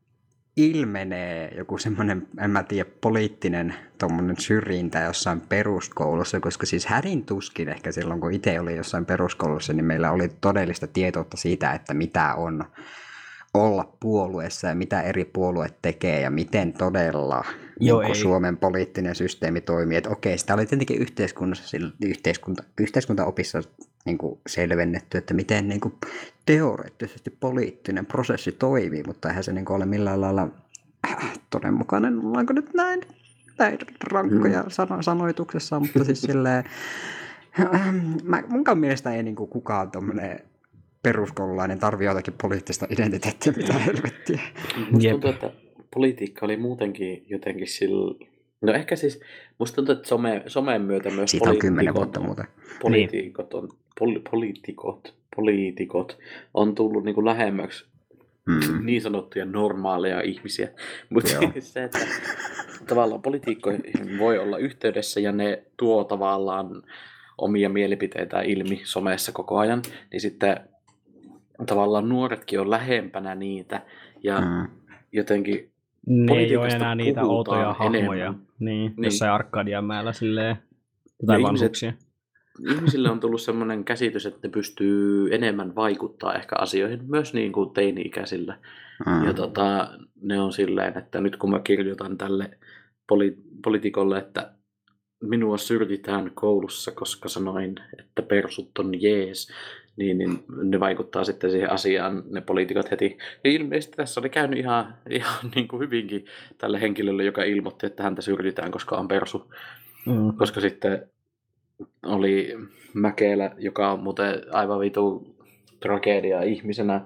Speaker 3: ilmenee joku semmoinen, en mä tiedä, poliittinen tommonen syrjintä jossain peruskoulussa, koska siis hädin tuskin ehkä silloin, kun itse oli jossain peruskoulussa, niin meillä oli todellista tietoutta siitä, että mitä on olla puolueessa ja mitä eri puolueet tekee ja miten todella Joo, niin Suomen poliittinen systeemi toimii. Että okei, sitä oli tietenkin yhteiskunnassa, yhteiskunta, yhteiskuntaopissa niin kuin selvennetty, että miten niin kuin teoreettisesti poliittinen prosessi toimii, mutta eihän se niin kuin ole millään lailla äh, todenmukainen, ollaanko nyt näin, näin rankkoja mm. sano, sanoituksessa, mutta siis silleen, äh, mä, munkaan mielestä ei niin kuin kukaan tommoinen peruskoululainen tarvii jotakin poliittista identiteettiä, mitä helvettiä.
Speaker 2: Musta tuntuu, että politiikka oli muutenkin jotenkin sillä. No ehkä siis, musta tuntuu, että some, someen myötä myös
Speaker 3: siitä on kymmenen vuotta muuten.
Speaker 2: Poliitikot on, poli, poliitikot, poliitikot on tullut niin kuin lähemmäksi mm. niin sanottuja normaaleja ihmisiä. Mutta se, että tavallaan poliitikkoihin voi olla yhteydessä ja ne tuo tavallaan omia mielipiteitä ilmi somessa koko ajan, niin sitten tavallaan nuoretkin on lähempänä niitä ja mm. jotenkin
Speaker 1: ne ei ole enää niitä outoja hahmoja, niin, niin. jossain Arkadianmäellä silleen jotain vanhuksia.
Speaker 2: Ihmisille on tullut sellainen käsitys, että ne pystyy enemmän vaikuttaa ehkä asioihin, myös niin kuin teini-ikäisillä. Mm. Ja tota, ne on silleen, että nyt kun mä kirjoitan tälle poli- politikolle, että minua syrjitään koulussa, koska sanoin, että persut on jees, niin, niin ne vaikuttaa sitten siihen asiaan, ne poliitikot heti. Ja ilmeisesti tässä oli käynyt ihan, ihan niin kuin hyvinkin tälle henkilölle, joka ilmoitti, että häntä syrjitään, koska on persu. Mm. Koska sitten oli Mäkelä, joka on muuten aivan vitu tragedia ihmisenä.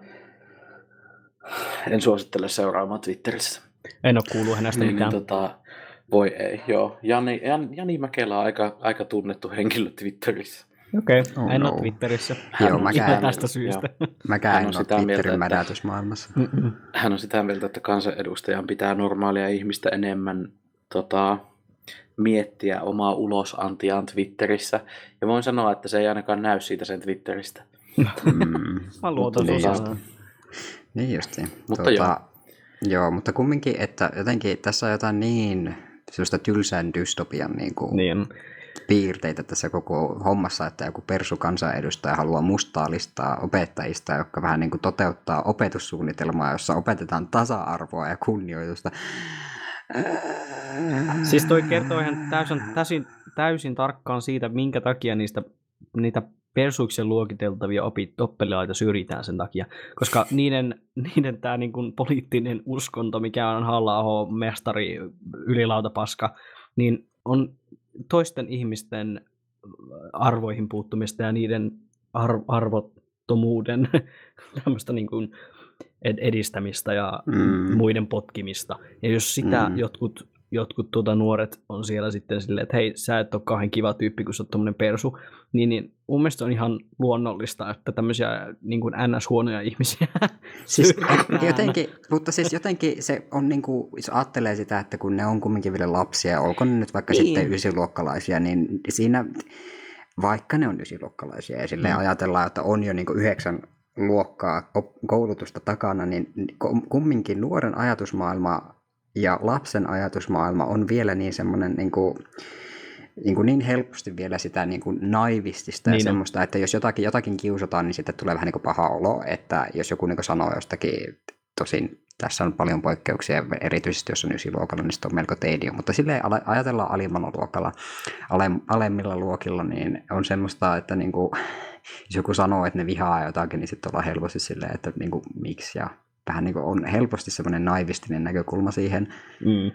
Speaker 2: En suosittele seuraamaan Twitterissä.
Speaker 1: En ole kuullut hänestä
Speaker 2: niin,
Speaker 1: mitään.
Speaker 2: Niin, tota, voi ei, joo. Jani, Jan, Jani Mäkelä on aika, aika tunnettu henkilö Twitterissä.
Speaker 1: Okei, okay. oh, en no. ole Twitterissä.
Speaker 3: Joo, mäkään,
Speaker 1: tästä syystä.
Speaker 3: Mäkään en ole Twitterin mädätysmaailmassa.
Speaker 2: Hän on sitä mieltä, että kansanedustajan pitää normaalia ihmistä enemmän tota, miettiä omaa ulosantiaan Twitterissä. Ja voin sanoa, että se ei ainakaan näy siitä sen Twitteristä.
Speaker 1: Mm. Mä luotan
Speaker 3: niin, niin justiin. Mutta tuota, joo. Joo, mutta kumminkin, että jotenkin tässä on jotain niin sellaista tylsän dystopian niin kuin
Speaker 1: niin.
Speaker 3: piirteitä tässä koko hommassa, että joku persukansanedustaja haluaa mustaa listaa opettajista, jotka vähän niin kuin toteuttaa opetussuunnitelmaa, jossa opetetaan tasa-arvoa ja kunnioitusta.
Speaker 1: Siis toi kertoo ihan täysin, täysin, täysin tarkkaan siitä, minkä takia niistä, niitä persuiksi luokiteltavia oppilaita syrjitään sen takia, koska niiden, niiden tämä niin kuin poliittinen uskonto, mikä on Halla-aho mestari ylilautapaska, niin on toisten ihmisten arvoihin puuttumista ja niiden ar- arvottomuuden tämmöistä niin kuin edistämistä ja
Speaker 3: Mm.
Speaker 1: muiden potkimista. Ja jos sitä
Speaker 3: Mm.
Speaker 1: jotkut, jotkut tuota, nuoret on siellä sitten silleen, että hei, sä et ole kauhean kiva tyyppi, kun sä oot tommonen persu, niin, niin mun mielestä on ihan luonnollista, että tämmöisiä niin kuin N S-huonoja ihmisiä
Speaker 3: Siis
Speaker 1: syrjitään.
Speaker 3: jotenkin, mutta siis jotenkin se on niin kuin, jos ajattelee sitä, että kun ne on kumminkin vielä lapsia, olko ne nyt vaikka
Speaker 1: Niin.
Speaker 3: sitten ysiluokkalaisia, niin siinä, vaikka ne on ysiluokkalaisia ja silleen
Speaker 1: Mm.
Speaker 3: ajatellaan, että on jo niin kuin yhdeksän luokkaa op- koulutusta takana, niin kum- kumminkin nuoren ajatusmaailma ja lapsen ajatusmaailma on vielä niin semmoinen niin kuin, niin, kuin niin helposti vielä sitä niin kuin naivistista ja
Speaker 1: Niin on.
Speaker 3: semmoista, että jos jotakin, jotakin kiusataan, niin sitten tulee vähän niin kuin paha olo, että jos joku niin kuin sanoo jostakin, tosin tässä on paljon poikkeuksia, erityisesti jos on ysiluokalla, niin sitten on melko teidio, mutta silleen ale- ajatellaan alimmalla luokalla, ale- alemmilla luokilla, niin on semmoista, että niin kuin, jos joku sanoo, että ne vihaa jotakin, niin sitten ollaan helposti silleen, että niin kuin, miksi, ja vähän niin kuin on helposti semmoinen naivistinen näkökulma siihen.
Speaker 1: Mm.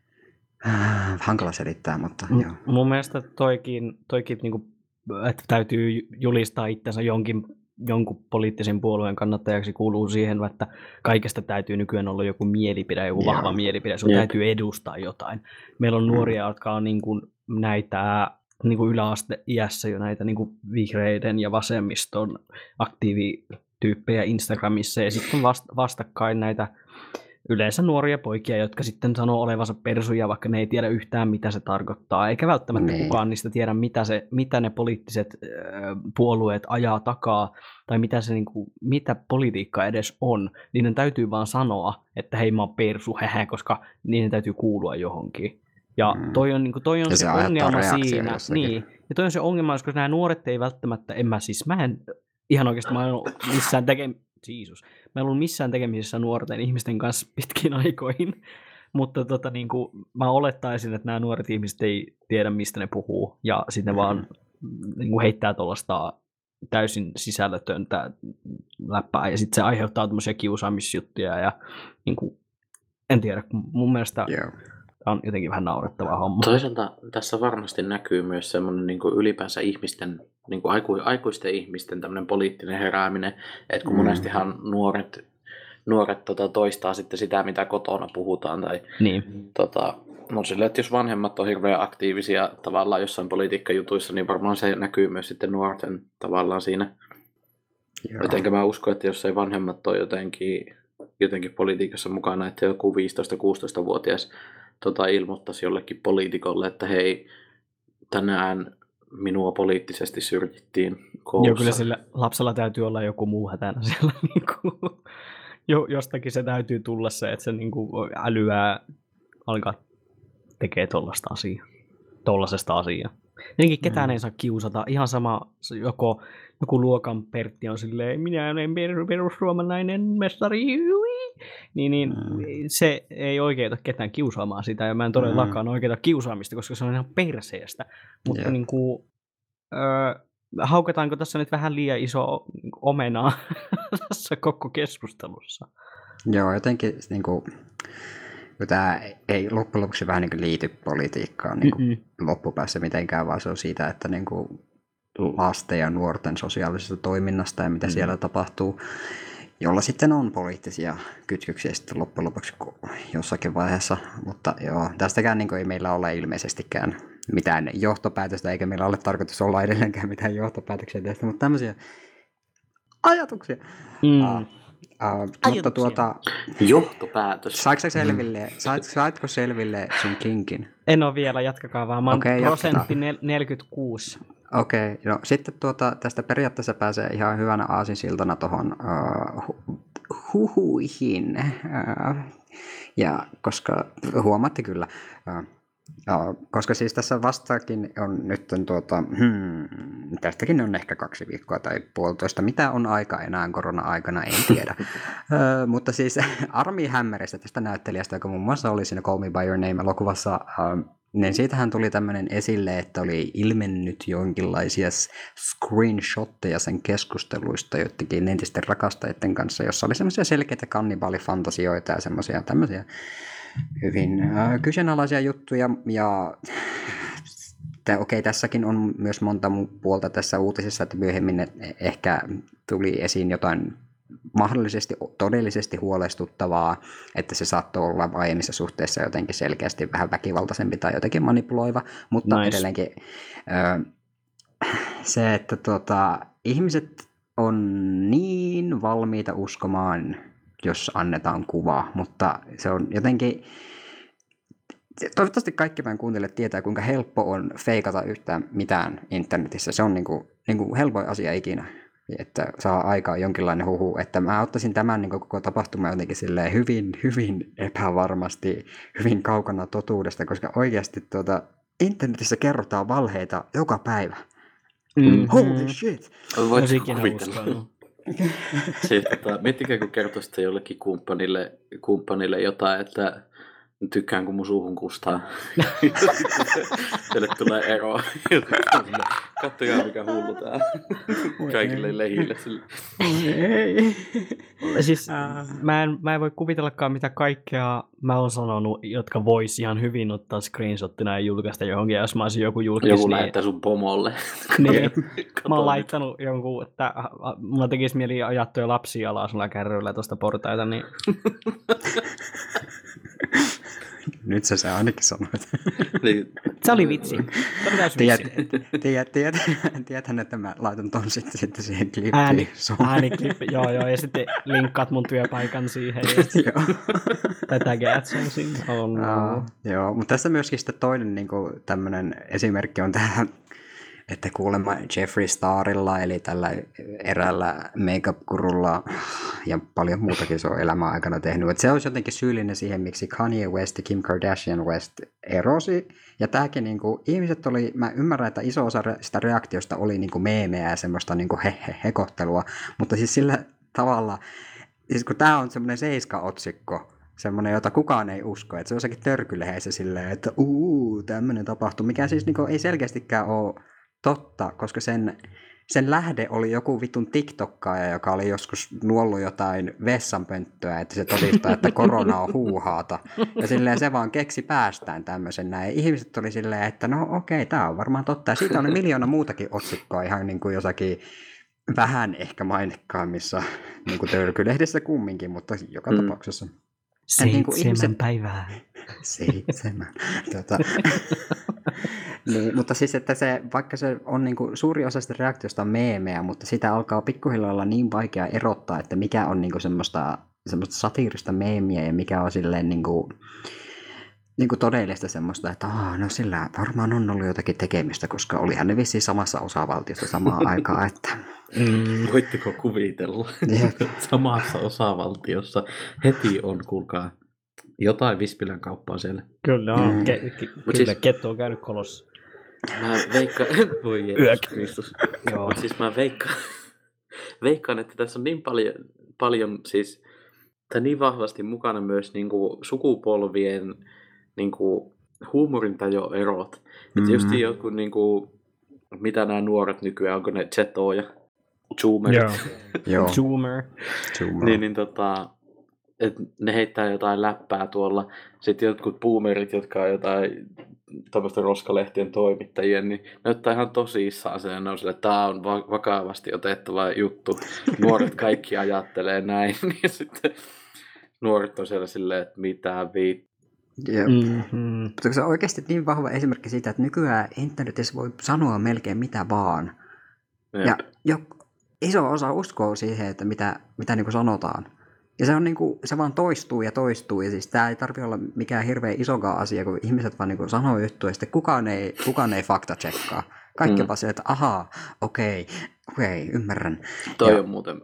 Speaker 3: Hankala selittää, mutta
Speaker 1: M-
Speaker 3: joo.
Speaker 1: Mun mielestä toikin, toikin niinku, että täytyy julistaa itsensä jonkin, jonkun poliittisen puolueen kannattajaksi, kuuluu siihen, että kaikesta täytyy nykyään olla joku mielipide, joku
Speaker 3: Joo.
Speaker 1: vahva mielipide, sun
Speaker 2: Jep.
Speaker 1: täytyy edustaa jotain. Meillä on nuoria, jotka on niinku näitä niinku yläasteiässä jo näitä niinku vihreiden ja vasemmiston aktiivityyppejä Instagramissa, ja sitten on vast, vastakkain näitä yleensä nuoria poikia, jotka sitten sanoo olevansa persuja, vaikka ne ei tiedä yhtään, mitä se tarkoittaa, eikä välttämättä
Speaker 3: Niin.
Speaker 1: kukaan niistä tiedä, mitä, se, mitä ne poliittiset äh, puolueet ajaa takaa, tai mitä, se, niin kuin, mitä politiikka edes on. Niiden täytyy vaan sanoa, että hei, mä oon persu, hehe, koska niiden täytyy kuulua johonkin. Ja
Speaker 3: Mm.
Speaker 1: toi on, niin kuin, toi on
Speaker 3: Ja
Speaker 1: se,
Speaker 3: se aiheuttaa
Speaker 1: ongelma
Speaker 3: reaktio
Speaker 1: siinä.
Speaker 3: jossakin.
Speaker 1: Niin, ja toi on se ongelma, koska nämä nuoret ei välttämättä, en mä siis, mä en ihan oikeasti, mä en ole missään tekemisissä, Jeesus. Mä en ollut missään tekemisissä nuorten ihmisten kanssa pitkin aikoihin, mutta tota, niin kuin, mä olettaisin, että nämä nuoret ihmiset ei tiedä, mistä ne puhuu, ja sitten ne vaan niin kuin heittää tuollaista täysin sisällötöntä läppää, ja sitten se aiheuttaa tämmöisiä kiusaamisjuttuja, ja niin kuin, en tiedä, mun mielestä
Speaker 3: Joo.
Speaker 1: tämä on jotenkin vähän naurettava homma.
Speaker 2: Toisaalta tässä varmasti näkyy myös semmoinen niin kuin ylipäänsä ihmisten, niin kuin aiku, aikuisten ihmisten tämmöinen poliittinen herääminen, että kun
Speaker 3: Mm.
Speaker 2: monestihan nuoret, nuoret tota, toistaa sitten sitä, mitä kotona puhutaan, tai
Speaker 1: Niin,
Speaker 2: tota, no sille, että jos vanhemmat on hirveän aktiivisia tavallaan jossain politiikkajutuissa, niin varmaan se näkyy myös sitten nuorten tavallaan siinä.
Speaker 3: Joo.
Speaker 2: Jotenkä mä uskon, että jos ei vanhemmat ole jotenkin, jotenkin politiikassa mukana, että joku viisitoista-kuusitoista-vuotias tota, ilmoittaisi jollekin poliitikolle, että hei, tänään minua poliittisesti syrjittiin koulussa.
Speaker 1: joo, kyllä sillä lapsella täytyy olla joku muu hätänä siellä. Niin kuin, jo, jostakin se täytyy tulla se, että se niin kuin älyää alkaa tekee tollaista asiaa, tollasesta asiaa. Jotenkin ketään
Speaker 3: Mm.
Speaker 1: ei saa kiusata. Ihan sama, se joko joku luokan Pertti on silleen, minä olen per- perussuomalainen mestari, ui. niin, niin
Speaker 3: Mm.
Speaker 1: se ei oikeuta ketään kiusaamaan sitä, ja mä en todellakaan oikeuta kiusaamista, koska se on ihan perseestä. Mutta
Speaker 3: Jep.
Speaker 1: niin kuin, öö, haukataanko tässä nyt vähän liian iso omenaa tässä koko keskustelussa?
Speaker 3: Joo, jotenkin niin kuin, kun tämä ei loppujen lopuksi vähän niin kuin liity politiikkaan niin kuin
Speaker 1: Mm-mm.
Speaker 3: loppupäässä mitenkään, vaan se on siitä, että niin kuin lasten ja nuorten sosiaalisesta toiminnasta ja mitä
Speaker 1: Mm.
Speaker 3: siellä tapahtuu, jolla sitten on poliittisia kytköksiä sitten loppujen lopuksi jossakin vaiheessa. Mutta joo, tästäkään niin kuin ei meillä ole ilmeisestikään mitään johtopäätöstä, eikä meillä ole tarkoitus olla edelleenkään mitään johtopäätöksiä tästä, mutta tämmöisiä ajatuksia.
Speaker 1: Mm.
Speaker 3: Ah, ah, mutta
Speaker 1: Ajatuksia.
Speaker 3: tuota,
Speaker 2: Johtopäätös.
Speaker 3: saitko selville, sait, saitko selville sun kinkin?
Speaker 1: En ole vielä, jatkakaa vaan. Mä oon
Speaker 3: Okei,
Speaker 1: prosentti nel- neljäkymmentäkuusi.
Speaker 3: Okei, no sitten tuota, tästä periaatteessa pääsee ihan hyvänä aasinsiltana tuohon uh, huhuihin. Uh, ja koska, huomaatte kyllä, uh, uh, koska siis tässä vastaakin on nyt tuota, hmm, tästäkin on ehkä kaksi viikkoa tai puolitoista. Mitä on aika enää korona-aikana, en tiedä. uh, mutta siis Armie Hammeristä, tästä näyttelijästä, joka muun muassa oli siinä Call Me By Your Name-elokuvassa, uh, niin siitähän tuli tämmöinen esille, että oli ilmennyt jonkinlaisia screenshotteja sen keskusteluista joidenkin entisten rakastajien kanssa, jossa oli semmoisia selkeitä kannibaalifantasioita ja semmoisia tämmöisiä hyvin äh, kyseenalaisia juttuja. Ja okei, okay, tässäkin on myös monta puolta tässä uutisessa, että myöhemmin ehkä tuli esiin jotain mahdollisesti todellisesti huolestuttavaa, että se saattoi olla aiemmissa suhteissa jotenkin selkeästi vähän väkivaltaisempi tai jotenkin manipuloiva, mutta nice. Edelleenkin ö, se, että tota, ihmiset on niin valmiita uskomaan, jos annetaan kuva, mutta se on jotenkin, toivottavasti kaikki meidän kuuntelijat tietää, kuinka helppo on feikata yhtään mitään internetissä. Se on niin kuin, niin kuin helpoin asia ikinä, että saa aikaan jonkinlainen huhu. Että mä ottaisin tämän niin kuin koko tapahtuman jotenkin silleen hyvin, hyvin epävarmasti, hyvin kaukana totuudesta, koska oikeasti tuota, internetissä kerrotaan valheita joka päivä. Mm-hmm. Holy shit!
Speaker 2: Voitko kuvitella? Se, tota, miettikää, kun kertoisitte jollekin kumppanille, kumppanille jotain, että tykkään, kun mun suuhun kustaa. Teille tulee ero. Katsokaa, mikä hullu tää. Kaikille lehille.
Speaker 1: Siis, mä, en, mä en voi kuvitellakaan, mitä kaikkea mä oon sanonut, jotka vois ihan hyvin ottaa screenshottina ja julkaista johonkin, jos mä olisin joku julkis.
Speaker 2: Joku
Speaker 1: niin...
Speaker 2: lähettää sun pomolle.
Speaker 1: Niin. Mä oon laittanut jonkun, että mulla tekisi mieli ajattuja lapsia alasella kärryillä tuosta portaita, niin...
Speaker 3: Nyt sä se ainakin sanoit.
Speaker 2: Niin.
Speaker 1: Se oli vitsi.
Speaker 3: Tiedäthän, että mä laitan ton sitten, sitten siihen klippiin.
Speaker 1: Ääni, ääniklippi, joo joo, ja sitten linkkaat mun työpaikan siihen. Ja tätä gätsän sinne. Oh, no.
Speaker 3: uh, joo, mutta tässä myöskin sitten toinen niin kuin tämmöinen esimerkki on täällä, että kuulemma Jeffree Starilla, eli tällä eräällä make-up-gurulla ja paljon muutakin se on elämän aikana tehnyt. Että se olisi jotenkin syyllinen siihen, miksi Kanye West ja Kim Kardashian West erosi. Ja tämäkin, niin kuin, ihmiset oli, mä ymmärrän, että iso osa sitä reaktiosta oli niin kuin meemeä ja semmoista niin kuin he, he, hekottelua, mutta siis sillä tavalla, siis kun tämä on semmoinen seiska-otsikko, semmoinen, jota kukaan ei usko, että se on jossakin törkylehdessä silleen, että uuu, tämmöinen tapahtui, mikä siis niin kuin, ei selkeästikään ole totta, koska sen, sen lähde oli joku vitun TikTokkaaja, joka oli joskus nuollut jotain vessanpönttöä, että se todistaa, että korona on huuhaata. Ja silleen se vaan keksi päästään tämmöisen näin. Ihmiset oli silleen, että no okei, tämä on varmaan totta. Ja siitä on miljoona muutakin otsikkoa ihan niin kuin jossakin vähän ehkä mainekkaammissa niin kuin törkylehdessä kumminkin, mutta joka mm. tapauksessa.
Speaker 1: Seitsemän niin kuin ihmiset... päivää.
Speaker 3: Seitsemän. Tota... Niin, mutta siis, että se, vaikka se on niin kuin, suuri osa sitä reaktiosta on meemeä, mutta sitä alkaa pikkuhiljaa olla niin vaikea erottaa, että mikä on niin kuin semmoista, semmoista satiirista meemiä ja mikä on silleen niin kuin, niin kuin todellista semmoista, että oh, no sillä varmaan on ollut jotakin tekemistä, koska olihan ne vissiin samassa osavaltiossa samaan aikaan, että...
Speaker 2: Mm. Voitteko kuvitella? Samassa osavaltiossa heti on, kuulkaa, jotain Vispilän kauppaa siellä.
Speaker 1: Kyllä, on. Mm. Ke- ke- kyllä siis... Kettu on käynyt kolossa.
Speaker 2: Mä veikkaan, voi Jeesus Kristus. Joo. Siis mä veikkaan, veikkaan, että tässä on niin paljon, paljon siis, tai niin vahvasti mukana myös niin kuin sukupolvien niin kuin huumorintajo-erot. Mm-hmm. Että just joku, niin kuin, mitä nämä nuoret nykyään, onko ne Zeto ja Zoomerit?
Speaker 1: Joo, Zoomer.
Speaker 3: Zoomer.
Speaker 2: niin, niin tota... että ne heittää jotain läppää tuolla. Sitten jotkut boomerit, jotka on jotain tämmöisten roskalehtien toimittajia, niin ne ottaa ihan tosissaan sen ja ne on sille, että tämä on vakavasti otettava juttu. Nuoret kaikki ajattelee näin. Niin sitten nuoret on siellä silleen, että mitä viit.
Speaker 3: Mm-hmm. Mutta se on oikeasti niin vahva esimerkki siitä, että nykyään internetissä voi sanoa melkein mitä vaan. Jep. Ja jo, iso osa uskoo siihen, että mitä, mitä niin kuin sanotaan. Ja se, on niinku, se vaan toistuu ja toistuu, ja siis tämä ei tarvitse olla mikään hirveän isokaan asia, kun ihmiset vaan niinku sanoo juttuja, ja sitten kukaan ei, kukaan ei fakta-tsekkaa. Kaikki mm. vaan se, että ahaa, okei, okei, ymmärrän.
Speaker 2: Toi
Speaker 3: ja...
Speaker 2: on muuten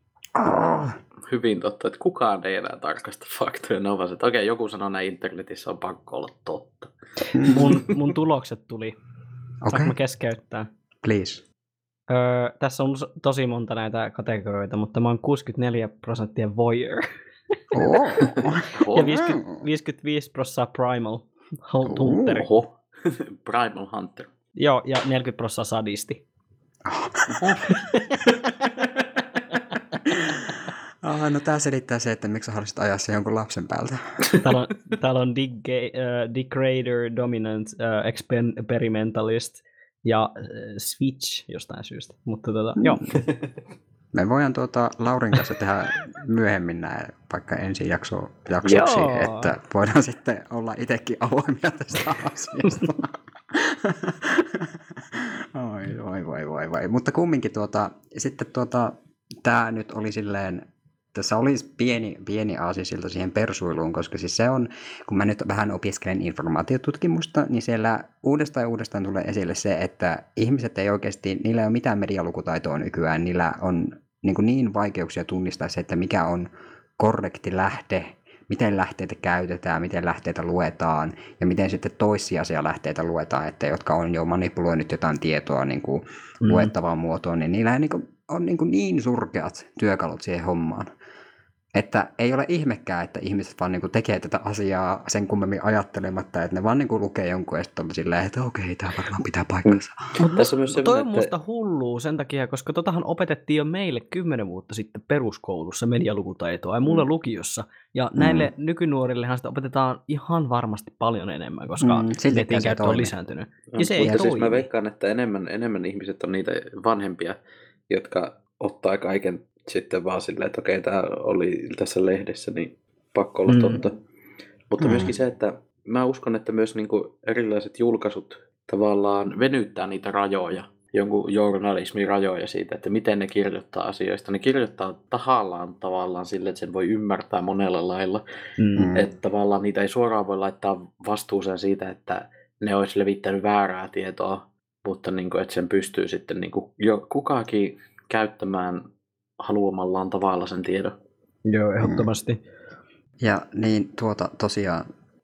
Speaker 3: oh.
Speaker 2: hyvin totta, että kukaan ei enää tarkasta faktoja. Ne on vaan se, että okei, joku sanoo näin internetissä, on pakko olla totta.
Speaker 1: Mun, mun tulokset tuli.
Speaker 3: Okay.
Speaker 1: Saanko mä keskeyttää?
Speaker 3: Please.
Speaker 1: Öö, tässä on tosi monta näitä kategorioita, mutta mä oon kuusikymmentäneljä prosenttia voyeur.
Speaker 3: Oh.
Speaker 1: ja viisikymmentä, viisikymmentäviisi prosenttia primal hunter.
Speaker 2: Oho. Primal hunter.
Speaker 1: Joo, ja neljäkymmentä prosenttia sadisti.
Speaker 3: Ah, no tää selittää se, että miksi sä haluaisit ajaa se jonkun lapsen päältä.
Speaker 1: Täällä on, täällä on dig- uh, Degrader, Dominant, uh, Experimentalist ja uh, Switch jostain syystä. Mutta tota,
Speaker 3: Mm.
Speaker 1: joo.
Speaker 3: Me voidaan tuota Laurin kanssa tehdä myöhemmin nämä vaikka ensi jakso, jaksoksi,
Speaker 1: Joo.
Speaker 3: että voidaan sitten olla itsekin avoimia tästä asiasta. Oi, voi, voi, voi, voi. Mutta kumminkin tuota, sitten tuota, tämä nyt oli silleen, tässä olisi pieni, pieni aasinsilta siihen persuiluun, koska siis se on, kun mä nyt vähän opiskelen informaatiotutkimusta, niin siellä uudestaan ja uudestaan tulee esille se, että ihmiset ei oikeasti, niillä ei ole mitään medialukutaitoa nykyään, niillä on niin, kuin niin vaikeuksia tunnistaa se, että mikä on korrekti lähde, miten lähteitä käytetään, miten lähteitä luetaan ja miten sitten toissijaisia lähteitä luetaan, että jotka on jo manipuloinut jotain tietoa niin kuin
Speaker 1: Mm.
Speaker 3: luettavaan muotoon, niin niillä niin kuin, on niin, kuin niin surkeat työkalut siihen hommaan. Että ei ole ihmekään, että ihmiset vaan niinku tekee tätä asiaa sen kummemmin ajattelematta, että ne vaan niinku lukee jonkun ja sitten on silleen, että okei, tämä varmaan pitää paikkansa.
Speaker 2: Tässä on myös
Speaker 1: Toi
Speaker 2: semmoinen,
Speaker 1: on
Speaker 2: että
Speaker 1: musta hullua sen takia, koska totahan opetettiin jo meille kymmenen vuotta sitten peruskoulussa medialukutaitoa ja mulle
Speaker 2: Mm.
Speaker 1: lukiossa. Ja näille nykynuorillehan sitä opetetaan ihan varmasti paljon enemmän, koska
Speaker 3: Mm, siltikään
Speaker 1: netin
Speaker 3: se
Speaker 1: käyttö on
Speaker 3: toimi.
Speaker 1: lisääntynyt.
Speaker 2: No,
Speaker 1: Ja se ei
Speaker 2: mutta siis
Speaker 1: toimi.
Speaker 2: mä veikkaan, että enemmän, enemmän ihmiset on niitä vanhempia, jotka ottaa kaiken sitten vaan silleen, että okei, tämä oli tässä lehdessä, niin pakko olla
Speaker 1: Mm.
Speaker 2: totta. Mutta
Speaker 3: Mm.
Speaker 2: myöskin se, että mä uskon, että myös niinku erilaiset julkaisut tavallaan venyttää niitä rajoja, jonkun journalismin rajoja siitä, että miten ne kirjoittaa asioista. Ne kirjoittaa tahallaan tavallaan sille, että sen voi ymmärtää monella lailla.
Speaker 1: Mm.
Speaker 3: Mm.
Speaker 2: Että tavallaan niitä ei suoraan voi laittaa vastuuseen siitä, että ne olisi levittänyt väärää tietoa, mutta niin kuin, että sen pystyy sitten niin kuin jo kukakin käyttämään haluamallaan tavalla sen tiedon.
Speaker 1: Joo, ehdottomasti.
Speaker 3: Ja niin tuota tosiaan,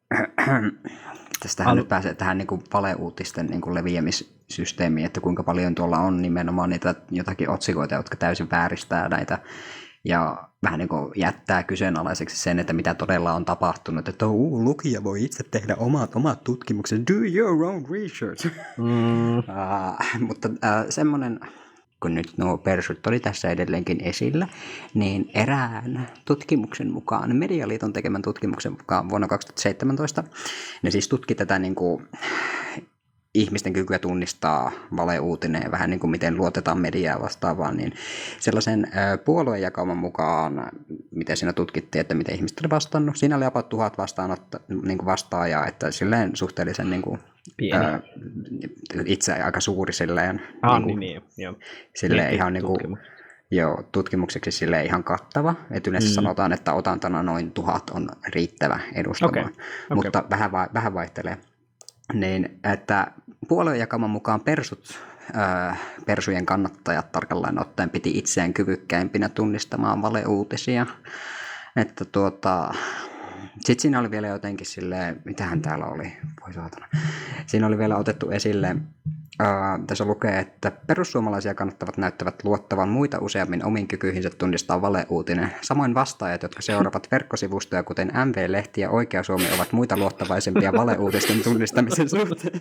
Speaker 3: tästähän
Speaker 1: Al-
Speaker 3: nyt pääsee tähän niin kuin valeuutisten niin kuin leviämissysteemiin, että kuinka paljon tuolla on nimenomaan niitä jotakin otsikoita, jotka täysin vääristää näitä ja vähän niin kuin jättää kyseenalaiseksi sen, että mitä todella on tapahtunut, että uu, lukija voi itse tehdä omat, omat tutkimukset, do your own research.
Speaker 1: Mm.
Speaker 3: Uh, mutta uh, semmoinen, kun nyt nuo persut oli tässä edelleenkin esillä, niin erään tutkimuksen mukaan, Medialiiton tekemän tutkimuksen mukaan vuonna kaksituhattaseitsemäntoista, ne siis tutki tätä niin kuin ihmisten kykyä tunnistaa valeuutinen ja vähän niin kuin miten luotetaan mediaa vastaavaan, niin sellaisen puoluejakauman mukaan, miten siinä tutkittiin, että miten ihmiset oli vastannut, siinä oli about tuhat vastaanotta, niin kuin vastaajaa, että silleen suhteellisen niin kuin,
Speaker 1: Pieni.
Speaker 3: ää, itse aika suuri silleen,
Speaker 1: Ah,
Speaker 3: niin kuin,
Speaker 1: niin, niin, joo.
Speaker 3: silleen
Speaker 1: Niin,
Speaker 3: ihan niin kuin,
Speaker 1: tutkimus.
Speaker 3: joo, tutkimukseksi silleen ihan kattava. Et yleensä
Speaker 1: Mm.
Speaker 3: sanotaan, että otantana noin tuhat on riittävä edustamaan,
Speaker 1: Okei,
Speaker 3: mutta vähän, vai- vähän vaihtelee. Niin, että puoluejakaman mukaan persut, ää, persujen kannattajat tarkalleen ottaen piti itseään kyvykkäimpinä tunnistamaan valeuutisia. Että tuota, sitten siinä oli vielä jotenkin silleen, mitähän täällä oli, voi saatana. Siinä oli vielä otettu esille, ää, tässä lukee, että perussuomalaisia kannattavat näyttävät luottavan muita useammin omiin kykyihinsä tunnistaa valeuutinen. Samoin vastaajat, jotka seuraavat verkkosivustoja, kuten M V-lehti ja Oikea Suomi, ovat muita luottavaisempia valeuutisten tunnistamisen suhteen.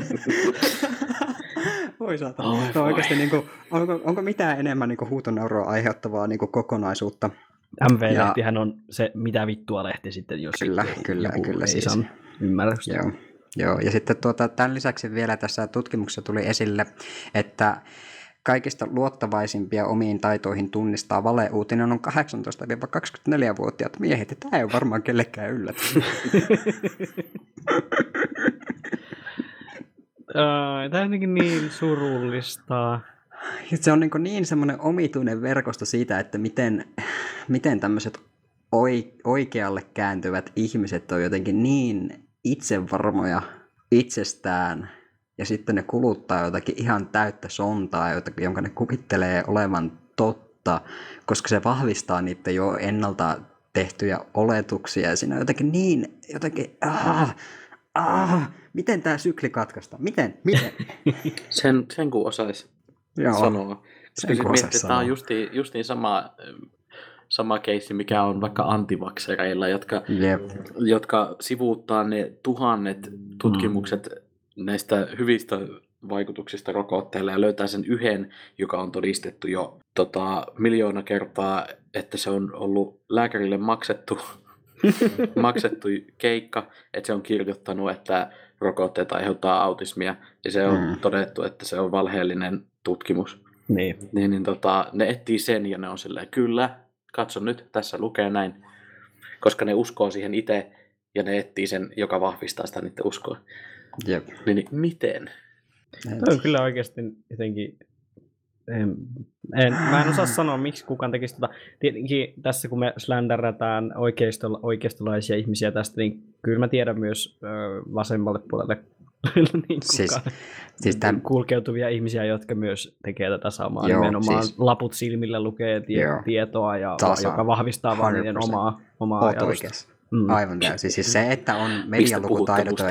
Speaker 3: Voi saatana.
Speaker 2: Oi
Speaker 3: Se on
Speaker 2: voi.
Speaker 3: oikeasti, niin kuin, onko, onko mitään enemmän niin kuin huutoneuroa aiheuttavaa niin kuin kokonaisuutta?
Speaker 1: M V-lehtihän on se mitä vittua lehti sitten, jos
Speaker 3: Kyllä,
Speaker 1: joku
Speaker 3: kyllä, kyllä
Speaker 1: ei
Speaker 3: siis.
Speaker 1: saa ymmärrystä.
Speaker 3: Joo, joo. Ja sitten tuota, tämän lisäksi vielä tässä tutkimuksessa tuli esille, että kaikista luottavaisimpia omiin taitoihin tunnistaa valeuutinen on kahdeksantoista–kaksikymmentäneljä-vuotiaat miehet, ja tämä ei ole varmaan kellekään yllätys.
Speaker 1: Ai, Tämä on jotenkin niin surullista.
Speaker 3: Se on niin, niin semmoinen omituinen verkosto siitä, että miten, miten tämmöiset oikealle kääntyvät ihmiset on jotenkin niin itsevarmoja itsestään, ja sitten ne kuluttaa jotakin ihan täyttä sontaa, jonka ne kuvittelee olevan totta, koska se vahvistaa niitä jo ennalta tehtyjä oletuksia, ja siinä on jotenkin niin, jotenkin, ah, ah, miten tämä sykli katkaista? Miten? Miten?
Speaker 2: Sen, sen kun osaisi
Speaker 3: Joo,
Speaker 2: sanoa. Koska
Speaker 3: sen kun
Speaker 2: sitten
Speaker 3: osais
Speaker 2: miettii, että tämä on
Speaker 3: sanoa.
Speaker 2: justiin, justiin sama, sama keissi, mikä on vaikka antivaksereilla, jotka,
Speaker 3: Jep.
Speaker 2: jotka sivuuttaa ne tuhannet tutkimukset näistä hyvistä vaikutuksista rokotteilla ja löytää sen yhden, joka on todistettu jo tota, miljoona kertaa että se on ollut lääkärille maksettu, maksettu keikka, että se on kirjoittanut, että rokotteet aiheuttaa autismia, ja se on mm. todettu, että se on valheellinen tutkimus.
Speaker 1: Niin.
Speaker 2: Niin, niin tota, ne etsii sen, ja ne on silleen, kyllä, katso nyt, tässä lukee näin, koska ne uskoo siihen itse, ja ne etsii sen, joka vahvistaa sitä niiden uskoa.
Speaker 3: Jep.
Speaker 2: Niin, niin miten?
Speaker 1: Tämä on kyllä oikeasti jotenkin... En, en, mä en osaa sanoa, miksi kukaan tekisi tota. Tietenkin tässä, kun me sländärätään oikeistola, oikeistolaisia ihmisiä tästä, niin kyllä mä tiedän myös ö, vasemmalle puolelle niin
Speaker 3: siis,
Speaker 1: kukaan,
Speaker 3: siis tämän...
Speaker 1: kulkeutuvia ihmisiä, jotka myös tekee tätä samaa.
Speaker 3: Joo,
Speaker 1: nimenomaan
Speaker 3: siis...
Speaker 1: laput silmillä lukee tie, tietoa, ja, joka vahvistaa vaan niiden omaa, omaa ajatusta.
Speaker 3: Mm. Aivan täysin. Siis se, että on medialukutaidoton,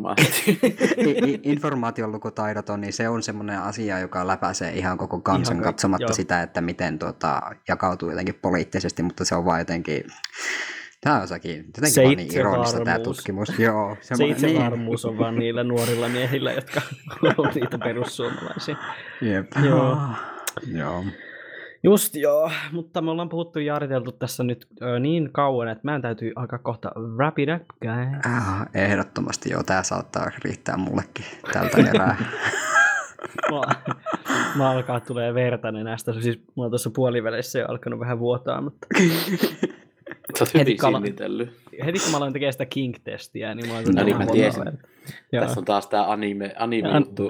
Speaker 3: informaation lukutaidoton, niin se on semmoinen asia, joka läpäisee ihan koko kansan ihan katsomatta joo. sitä, että miten tuota, jakautuu jotenkin poliittisesti, mutta se on vaan jotenkin, tämä on jotenkin, jotenkin vaan niin ironista tämä tutkimus. Joo,
Speaker 1: se itsevarmuus niin. on vaan niillä nuorilla miehillä, jotka on niitä perussuomalaisia.
Speaker 3: Jep.
Speaker 1: Joo.
Speaker 3: Joo.
Speaker 1: Just joo, mutta me ollaan puhuttu ja ariteltu tässä nyt ö, niin kauan, että meidän täytyy alkaa kohta wrap it up, guys.
Speaker 3: Ah, ehdottomasti joo, tää saattaa riittää mullekin tältä erää.
Speaker 1: mä, mä alkaa tulee verta nenästä, siis mä oon tuossa puolivälissä jo alkanut vähän vuotaa, mutta...
Speaker 2: Sä oot hyvin sinnitellyt.
Speaker 1: Heti kun mä aloin tekemään sitä King-testiä, niin mä oon...
Speaker 2: No niin mä tiesin. Tässä on taas tää anime, anime-juttu.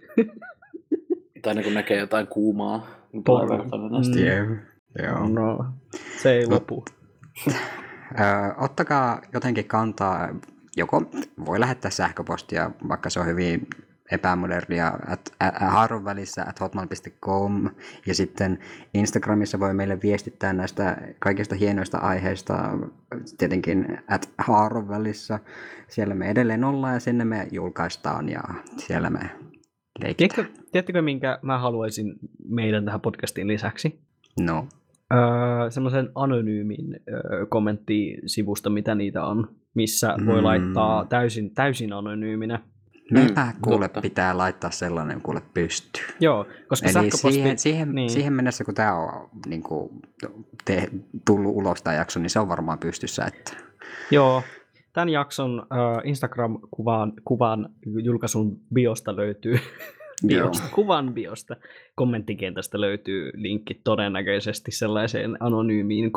Speaker 2: Tai aina kun näkee jotain kuumaa.
Speaker 1: Mm.
Speaker 3: Yeah. Joo.
Speaker 1: No, se ei lopu.
Speaker 3: Ö, ottakaa jotenkin kantaa, joko voi lähettää sähköpostia, vaikka se on hyvin epämodernia, at, haaron välissä at hotmail piste com, ja sitten Instagramissa voi meille viestittää näistä kaikista hienoista aiheista, tietenkin at haaron välissä. Siellä me edelleen ollaan ja sinne me julkaistaan ja siellä me leikitään.
Speaker 1: Tiedättekö, minkä mä haluaisin meidän tähän podcastiin lisäksi?
Speaker 3: No.
Speaker 1: Öö, semmoisen anonyymin öö, kommenttisivusta, mitä niitä on, missä mm. voi laittaa täysin, täysin anonyyminä.
Speaker 3: Meipä kuule totta. Pitää laittaa sellainen kuule pystyy.
Speaker 1: Joo, koska
Speaker 3: eli
Speaker 1: sähköposti...
Speaker 3: siihen, siihen,
Speaker 1: niin.
Speaker 3: siihen mennessä, kun tämä on niin kuin, te, tullut ulos tämä jakso, niin se on varmaan pystyssä. Että...
Speaker 1: Joo, tämän jakson uh, Instagram-kuvan kuvan julkaisun biosta löytyy, biosta, kuvan biosta, kommenttikentästä löytyy linkki todennäköisesti sellaiseen anonyymiin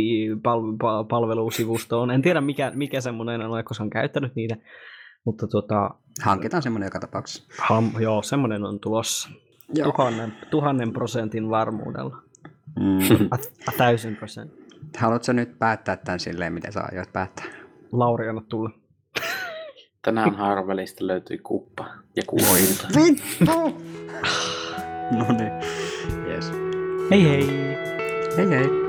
Speaker 1: kommenttipalvelusivustoon. En tiedä mikä, mikä semmoinen on, koska on käyttänyt niitä. Mutta tuota,
Speaker 3: hankitaan semmoinen joka tapauksessa.
Speaker 1: Ham, joo, semmoinen on tulossa. Joo. Tuhannen, tuhannen prosentin varmuudella. Mm. A, a täysin prosentin.
Speaker 3: Haluatko nyt päättää tämän silleen, miten sä aiot päättää?
Speaker 1: Lauri, anna tulla.
Speaker 2: Tänään haaron välistä löytyi kuppa ja kuointa.
Speaker 3: No niin. Yes.
Speaker 1: Hei hei.
Speaker 3: Hei hei.